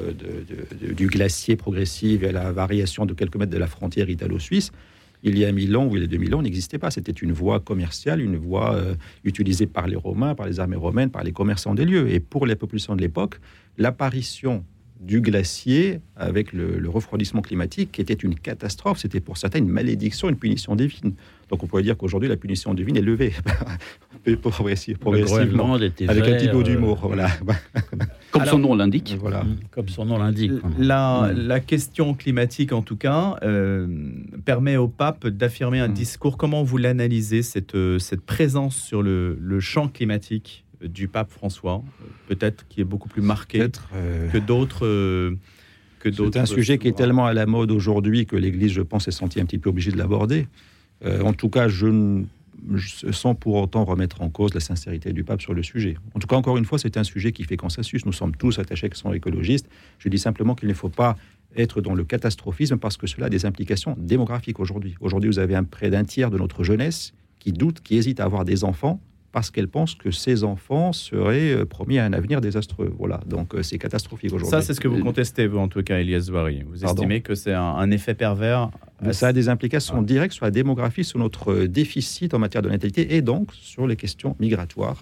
du glacier progressive et à la variation de quelques mètres de la frontière italo-suisse, il y a 1000 ans ou il y a 2000 ans, n'existait pas. C'était une voie commerciale, une voie utilisée par les Romains, par les armées romaines, par les commerçants des lieux. Et pour les populations de l'époque, l'apparition du glacier avec le refroidissement climatique était une catastrophe. C'était pour certains une malédiction, une punition divine. Donc on pourrait dire qu'aujourd'hui la punition divine est levée progressivement avec un petit peu d'humour. Voilà. Comme son nom l'indique. Voilà. Comme son nom l'indique. La question climatique, en tout cas, permet au pape d'affirmer un discours. Comment vous l'analysez, cette présence sur le champ climatique du pape François, peut-être qui est beaucoup plus marqué que d'autres. C'est un sujet qui est tellement à la mode aujourd'hui que l'Église, je pense, s'est sentie un petit peu obligée de l'aborder. En tout cas, sans pour autant remettre en cause la sincérité du pape sur le sujet. En tout cas, encore une fois, c'est un sujet qui fait consensus. Nous sommes tous attachés qui sont écologistes. Je dis simplement qu'il ne faut pas être dans le catastrophisme parce que cela a des implications démographiques aujourd'hui. Aujourd'hui, vous avez près d'un tiers de notre jeunesse qui doute, qui hésite à avoir des enfants parce qu'elle pense que ces enfants seraient promis à un avenir désastreux. Voilà, donc c'est catastrophique aujourd'hui. Ça, c'est ce que vous contestez, vous, en tout cas, Elias Zouari. Vous estimez que c'est un effet pervers. Ça a des implications directes sur la démographie, sur notre déficit en matière de natalité et donc sur les questions migratoires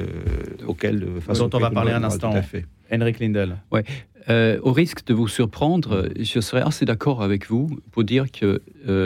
dont on va parler un instant. Henrik Lindell. Ouais. Au risque de vous surprendre, je serais assez d'accord avec vous pour dire que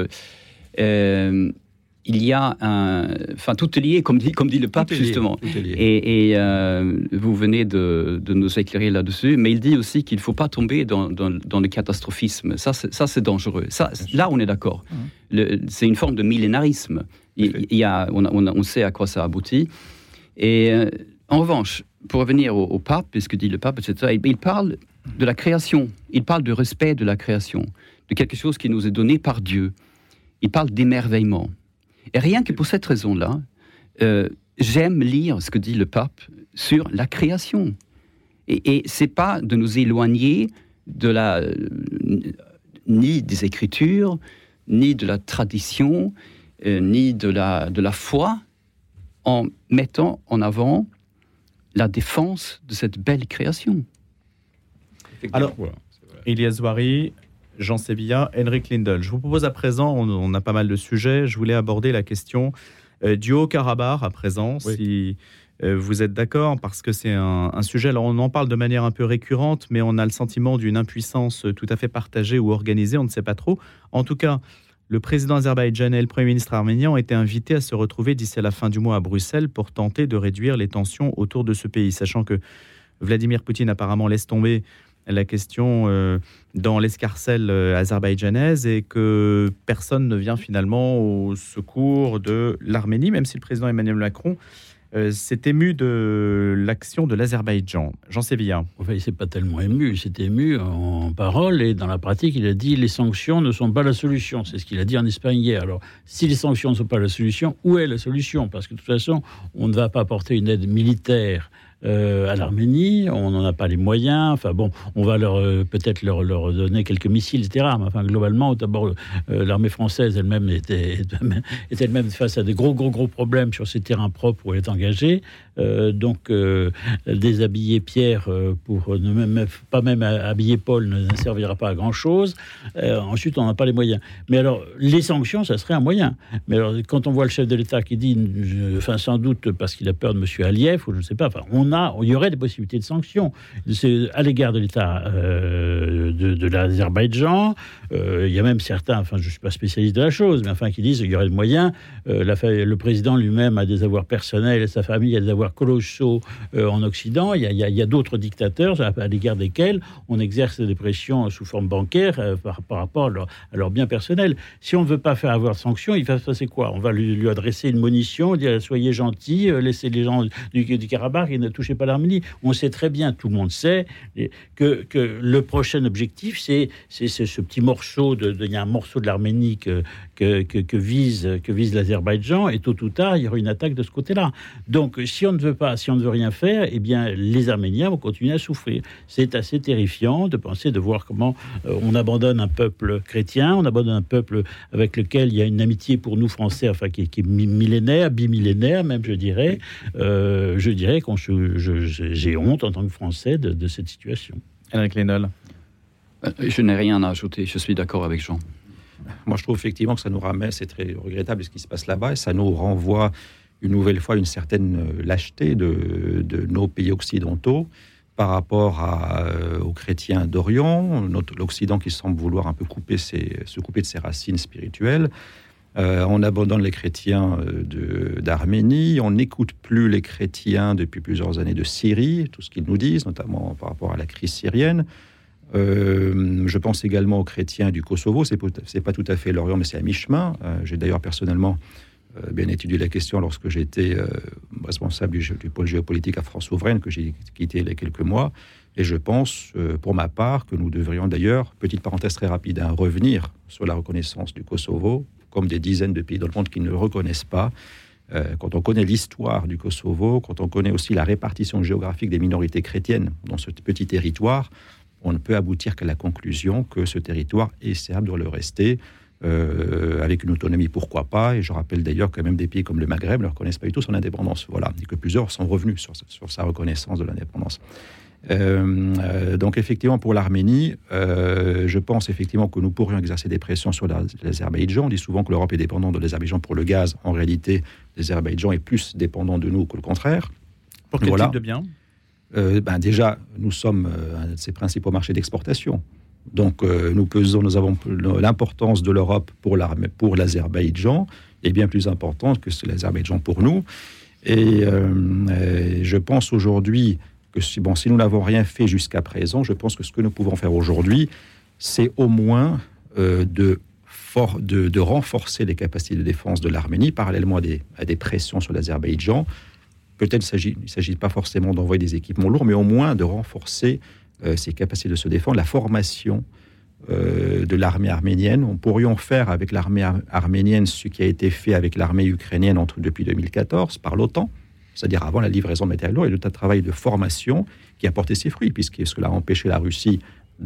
il y a tout est lié, comme dit le pape, justement. Et vous venez de nous éclairer là-dessus, mais il dit aussi qu'il ne faut pas tomber dans le catastrophisme. Ça, c'est dangereux. Là, on est d'accord. C'est une forme de millénarisme. On sait à quoi ça aboutit. Et en revanche, pour revenir au pape, puisque dit le pape, etc., il parle de la création. Il parle du respect de la création, de quelque chose qui nous est donné par Dieu. Il parle d'émerveillement. Et rien que pour cette raison-là, j'aime lire ce que dit le pape sur la création. Et c'est pas de nous éloigner ni des Écritures, ni de la tradition, ni de la foi, en mettant en avant la défense de cette belle création. Alors, Elias Zouari, Jean Sevilla, Henrik Lindell. Je vous propose à présent, on a pas mal de sujets, je voulais aborder la question du Haut-Karabakh à présent, si vous êtes d'accord, parce que c'est un sujet, alors on en parle de manière un peu récurrente, mais on a le sentiment d'une impuissance tout à fait partagée ou organisée, on ne sait pas trop. En tout cas, le président azerbaïdjanais et le Premier ministre arménien ont été invités à se retrouver d'ici à la fin du mois à Bruxelles pour tenter de réduire les tensions autour de ce pays, sachant que Vladimir Poutine apparemment laisse tomber la question dans l'escarcelle azerbaïdjanaise et que personne ne vient finalement au secours de l'Arménie, même si le président Emmanuel Macron s'est ému de l'action de l'Azerbaïdjan. Jean Sévilla. Enfin, il ne s'est pas tellement ému, il s'est ému en parole et dans la pratique, il a dit les sanctions ne sont pas la solution. C'est ce qu'il a dit en Espagne hier. Alors, si les sanctions ne sont pas la solution, où est la solution ? Parce que de toute façon, on ne va pas apporter une aide militaire à l'Arménie, on n'en a pas les moyens. Enfin bon, on va peut-être leur donner quelques missiles, etc. Mais enfin, globalement, d'abord, l'armée française elle-même était elle-même face à des gros problèmes sur ses terrains propres où elle est engagée. Donc, déshabiller Pierre pour pas même habiller Paul ne servira pas à grand-chose. Ensuite, on n'a pas les moyens. Mais alors, les sanctions, ça serait un moyen. Mais alors, quand on voit le chef de l'État qui dit, sans doute parce qu'il a peur de M. Aliyev, ou je ne sais pas, il y aurait des possibilités de sanctions. C'est à l'égard de l'État de l'Azerbaïdjan. Il y a même certains, je ne suis pas spécialiste de la chose, mais qui disent qu'il y aurait des moyens. Le président lui-même a des avoirs personnels, et sa famille a des avoirs colossaux en Occident. Il y a d'autres dictateurs à l'égard desquels on exerce des pressions sous forme bancaire par rapport à leur bien personnel. Si on ne veut pas faire avoir de sanctions, il va se passer quoi ? On va lui adresser une monition, dire soyez gentils, laissez les gens du Karabakh et ne touchez pas l'Arménie. On sait très bien, tout le monde sait, que le prochain objectif, c'est ce petit morceau il y a un morceau de l'Arménie que vise l'Azerbaïdjan, et tôt ou tard, il y aura une attaque de ce côté-là. Donc, si on ne veut rien faire, eh bien, les Arméniens vont continuer à souffrir. C'est assez terrifiant de voir comment on abandonne un peuple chrétien, on abandonne un peuple avec lequel il y a une amitié pour nous Français, qui est millénaire, bimillénaire même, je dirais. J'ai honte en tant que Français de cette situation. Henrik Lindell. Je n'ai rien à ajouter, je suis d'accord avec Jean. Moi, je trouve effectivement que ça nous ramène, c'est très regrettable ce qui se passe là-bas, et ça nous renvoie une nouvelle fois une certaine lâcheté de nos pays occidentaux par rapport aux chrétiens d'Orient, l'Occident qui semble vouloir un peu se couper de ses racines spirituelles. On abandonne les chrétiens d'Arménie, on n'écoute plus les chrétiens depuis plusieurs années de Syrie, tout ce qu'ils nous disent, notamment par rapport à la crise syrienne. Je pense également aux chrétiens du Kosovo, c'est pas tout à fait l'Orient, mais c'est à mi-chemin. J'ai d'ailleurs personnellement bien étudié la question lorsque j'étais responsable du pôle géopolitique à France Souveraine, que j'ai quitté il y a quelques mois. Et je pense, pour ma part, que nous devrions d'ailleurs, petite parenthèse très rapide, revenir sur la reconnaissance du Kosovo, comme des dizaines de pays dans le monde qui ne le reconnaissent pas. Quand on connaît l'histoire du Kosovo, quand on connaît aussi la répartition géographique des minorités chrétiennes dans ce petit territoire, on ne peut aboutir qu'à la conclusion que ce territoire est serbe, doit le rester, avec une autonomie, pourquoi pas. Et je rappelle d'ailleurs que même des pays comme le Maghreb ne reconnaissent pas du tout son indépendance. Voilà, et que plusieurs sont revenus sur sa reconnaissance de l'indépendance. Donc effectivement, pour l'Arménie, je pense effectivement que nous pourrions exercer des pressions sur l'Azerbaïdjan. On dit souvent que l'Europe est dépendante de l'Azerbaïdjan pour le gaz. En réalité, l'Azerbaïdjan est plus dépendant de nous que le contraire. Pour quel type de biens ? Déjà, nous sommes un de ses principaux marchés d'exportation. Donc, nous avons l'importance de l'Europe pour l'Azerbaïdjan est bien plus importante que l'Azerbaïdjan pour nous. Et je pense aujourd'hui que si nous n'avons rien fait jusqu'à présent, je pense que ce que nous pouvons faire aujourd'hui, c'est au moins de renforcer les capacités de défense de l'Arménie, parallèlement à des pressions sur l'Azerbaïdjan. Peut-être il ne s'agit pas forcément d'envoyer des équipements lourds, mais au moins de renforcer ses capacités de se défendre, la formation de l'armée arménienne. On pourrait faire avec l'armée arménienne ce qui a été fait avec l'armée ukrainienne depuis 2014 par l'OTAN, c'est-à-dire avant la livraison de matériel lourd, et le travail de formation qui a porté ses fruits, puisque cela a empêché la Russie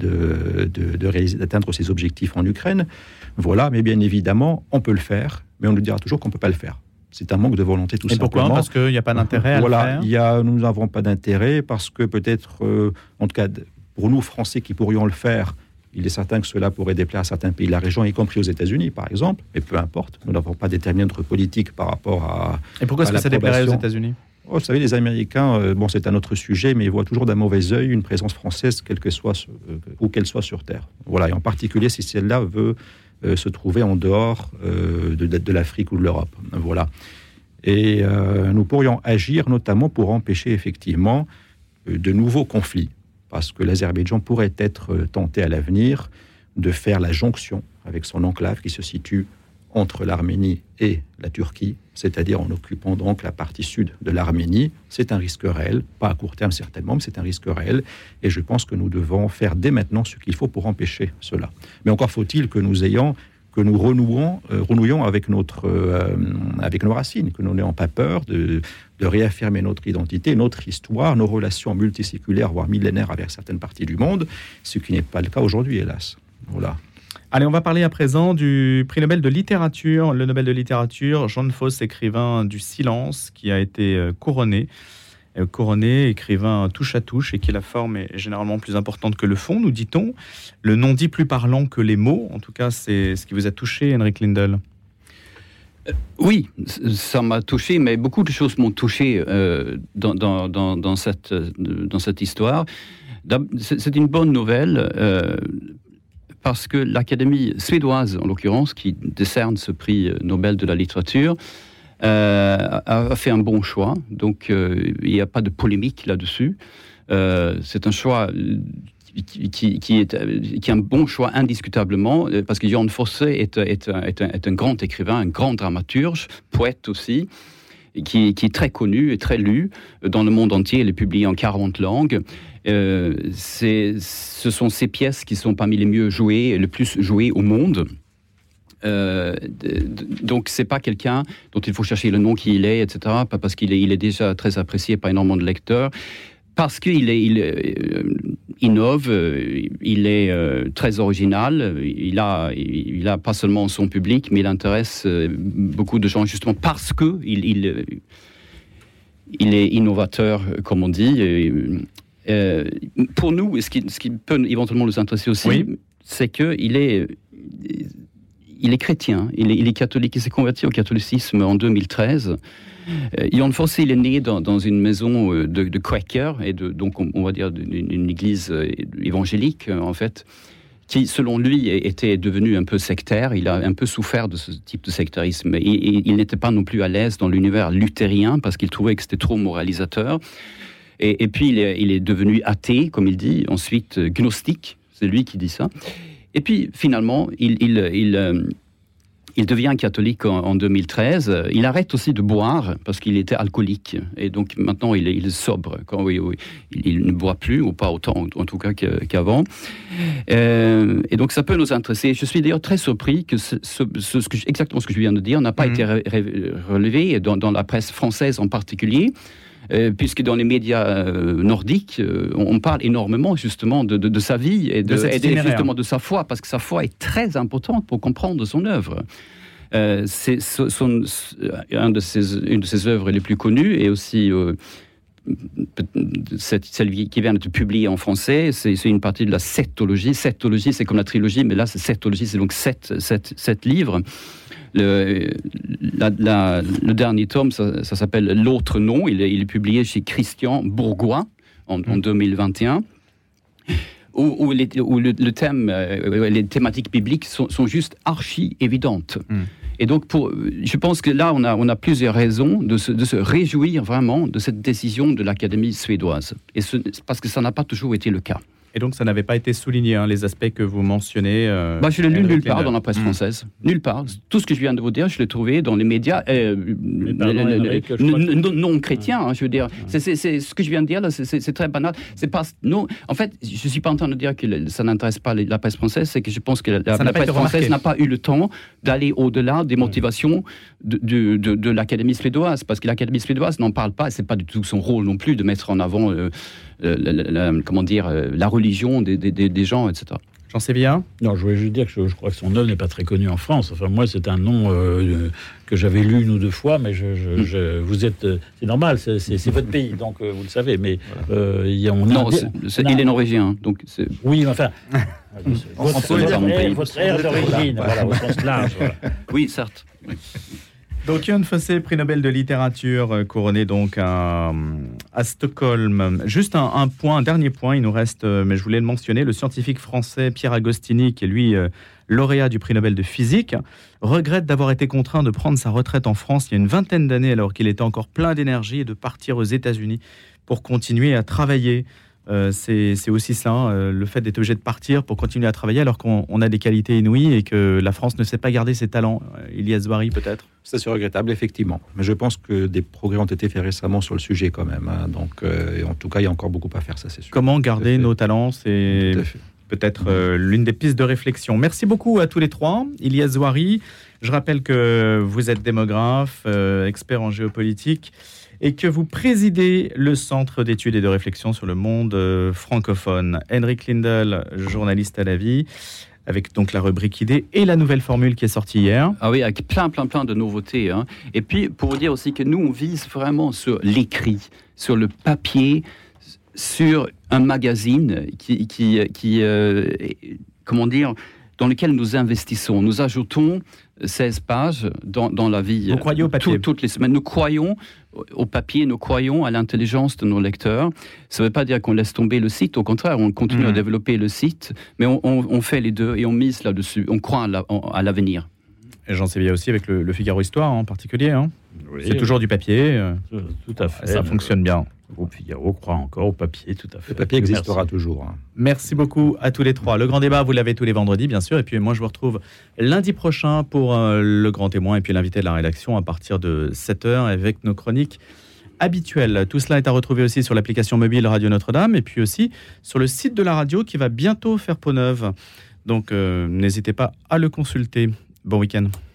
d'atteindre ses objectifs en Ukraine. Voilà, mais bien évidemment, on peut le faire, mais on nous dira toujours qu'on ne peut pas le faire. C'est un manque de volonté, tout simplement. Et pourquoi ? Parce qu'il n'y a pas d'intérêt à le faire. Nous n'avons pas d'intérêt parce que peut-être, en tout cas, pour nous, Français qui pourrions le faire, il est certain que cela pourrait déplaire à certains pays de la région, y compris aux États-Unis, par exemple. Mais peu importe, nous n'avons pas déterminé notre politique par rapport à. Et pourquoi est-ce que ça déplairait aux États-Unis ? Vous savez, les Américains, c'est un autre sujet, mais ils voient toujours d'un mauvais œil une présence française, où qu'elle soit sur Terre. Voilà, et en particulier si celle-là veut se trouver en dehors de l'Afrique ou de l'Europe. Voilà. Et nous pourrions agir notamment pour empêcher effectivement de nouveaux conflits, parce que l'Azerbaïdjan pourrait être tenté à l'avenir de faire la jonction avec son enclave qui se situe entre l'Arménie et la Turquie. c'est-à-dire en occupant donc la partie sud de l'Arménie. C'est un risque réel, pas à court terme certainement, mais c'est un risque réel. Et je pense que nous devons faire dès maintenant ce qu'il faut pour empêcher cela. Mais encore faut-il que nous renouions avec nos racines, que nous n'ayons pas peur de réaffirmer notre identité, notre histoire, nos relations multiséculaires, voire millénaires avec certaines parties du monde, ce qui n'est pas le cas aujourd'hui, hélas. Voilà. Allez, on va parler à présent du prix Nobel de littérature. Le Nobel de littérature, Jean Fosse, écrivain du silence, qui a été couronné, écrivain touche à touche, et qui la forme est généralement plus importante que le fond, nous dit-on. Le non dit plus parlant que les mots. En tout cas, c'est ce qui vous a touché, Henrik Lindell. Oui, ça m'a touché, mais beaucoup de choses m'ont touché dans cette histoire. C'est une bonne nouvelle. Parce que l'Académie suédoise, en l'occurrence, qui décerne ce prix Nobel de la littérature, a fait un bon choix. Donc, il n'y a pas de polémique là-dessus. C'est un choix qui est un bon choix indiscutablement, parce que Jan Fosse est un grand écrivain, un grand dramaturge, poète aussi, qui est très connu et très lu dans le monde entier. Il est publié en 40 langues. Ce sont ces pièces qui sont parmi les mieux jouées et le plus jouées au monde. Donc c'est pas quelqu'un dont il faut chercher le nom qui il est, etc. Pas parce qu'il est déjà très apprécié par énormément de lecteurs, parce qu'il innove, il est très original, il a pas seulement son public, mais il intéresse beaucoup de gens justement parce que il est innovateur, comme on dit. Pour nous, ce qui peut éventuellement nous intéresser aussi, oui, c'est qu'il est chrétien, il est catholique, il s'est converti au catholicisme en 2013. Jan Fosse, il est né dans une maison de Quaker, et donc on va dire une église évangélique en fait, qui selon lui était devenue un peu sectaire. Il a un peu souffert de ce type de sectarisme. Et il n'était pas non plus à l'aise dans l'univers luthérien parce qu'il trouvait que c'était trop moralisateur. Et puis, il est devenu athée, comme il dit, ensuite gnostique, c'est lui qui dit ça. Et puis, finalement, il devient catholique en 2013. Il arrête aussi de boire, parce qu'il était alcoolique. Et donc, maintenant, il est sobre. Il ne boit plus, ou pas autant, en tout cas, qu'avant. Et donc, ça peut nous intéresser. Je suis d'ailleurs très surpris que exactement ce que je viens de dire n'a pas été relevé dans la presse française en particulier. Puisque dans les médias nordiques, on parle énormément justement de sa vie et justement de sa foi, parce que sa foi est très importante pour comprendre son œuvre. C'est une de ses œuvres les plus connues, et aussi celle qui vient d'être publiée en français, c'est une partie de la septologie. Septologie, c'est comme la trilogie, mais là, c'est septologie, c'est donc sept livres. Le dernier tome, ça s'appelle L'autre nom. Il est publié chez Christian Bourgois en 2021, où le thème, les thématiques bibliques sont juste archi évidentes. Et donc, je pense que là, on a plusieurs raisons de se réjouir vraiment de cette décision de l'Académie suédoise. Parce que ça n'a pas toujours été le cas. Et donc, ça n'avait pas été souligné, les aspects que vous mentionnez. Je l'ai lu nulle part dans la presse française. Nulle part. Tout ce que je viens de vous dire, je l'ai trouvé dans les médias non chrétiens. Je veux dire, c'est ce que je viens de dire là, c'est très banal. C'est pas non. En fait, je suis pas en train de dire que ça n'intéresse pas la presse française. C'est que je pense que la presse française n'a pas eu le temps d'aller au-delà des motivations de l'Académie suédoise, parce que l'Académie suédoise n'en parle pas. C'est pas du tout son rôle non plus de mettre en avant la religion des gens, etc. J'en sais bien. Non, je voulais juste dire que je crois que son œuvre n'est pas très connue en France. Enfin, moi, c'est un nom que j'avais lu une ou deux fois, mais vous êtes... c'est normal, c'est votre pays, donc vous le savez, mais... il est norvégien, donc c'est... Oui, enfin... votre aire d'origine, voilà, au sens large. Voilà. Oui, certes. Oui. Donc, Jan Fosse, prix Nobel de littérature, couronné donc à Stockholm. Juste un dernier point, il nous reste, mais je voulais le mentionner, le scientifique français Pierre Agostini, qui est lui lauréat du prix Nobel de physique, regrette d'avoir été contraint de prendre sa retraite en France il y a une vingtaine d'années, alors qu'il était encore plein d'énergie, et de partir aux États-Unis pour continuer à travailler. C'est aussi ça, le fait d'être obligé de partir pour continuer à travailler alors qu'on a des qualités inouïes et que la France ne sait pas garder ses talents. Ilyes Zouari, peut-être ? C'est regrettable, effectivement. Mais je pense que des progrès ont été faits récemment sur le sujet quand même. Donc, en tout cas, il y a encore beaucoup à faire, ça c'est sûr. Comment garder nos talents ? C'est peut-être l'une des pistes de réflexion. Merci beaucoup à tous les trois. Ilyes Zouari, je rappelle que vous êtes démographe, expert en géopolitique, et que vous présidez le Centre d'études et de réflexion sur le monde francophone. Henrik Lindell, journaliste à la vie, avec donc la rubrique idées et la nouvelle formule qui est sortie hier. Ah oui, avec plein de nouveautés. Hein. Et puis, pour vous dire aussi que nous, on vise vraiment sur l'écrit, sur le papier, sur un magazine comment dire, dans lequel nous investissons. Nous ajoutons 16 pages dans la vie. Vous croyez au papier ? Toutes les semaines. Nous croyons au papier, nous croyons à l'intelligence de nos lecteurs. Ça ne veut pas dire qu'on laisse tomber le site, au contraire, on continue à développer le site, mais on fait les deux et on mise là-dessus, on croit à l'avenir. Et j'en sais bien aussi avec le Figaro Histoire en particulier. Hein. Oui, c'est toujours du papier. Tout à fait. Ça fonctionne bien. Le groupe Figaro croit encore au papier, tout à fait. Le papier existera toujours. Hein. Merci beaucoup à tous les trois. Le Grand Débat, vous l'avez tous les vendredis, bien sûr. Et puis moi, je vous retrouve lundi prochain pour le Grand Témoin et puis l'invité de la rédaction à partir de 7h avec nos chroniques habituelles. Tout cela est à retrouver aussi sur l'application mobile Radio Notre-Dame et puis aussi sur le site de la radio qui va bientôt faire peau neuve. Donc, n'hésitez pas à le consulter. Bon week-end.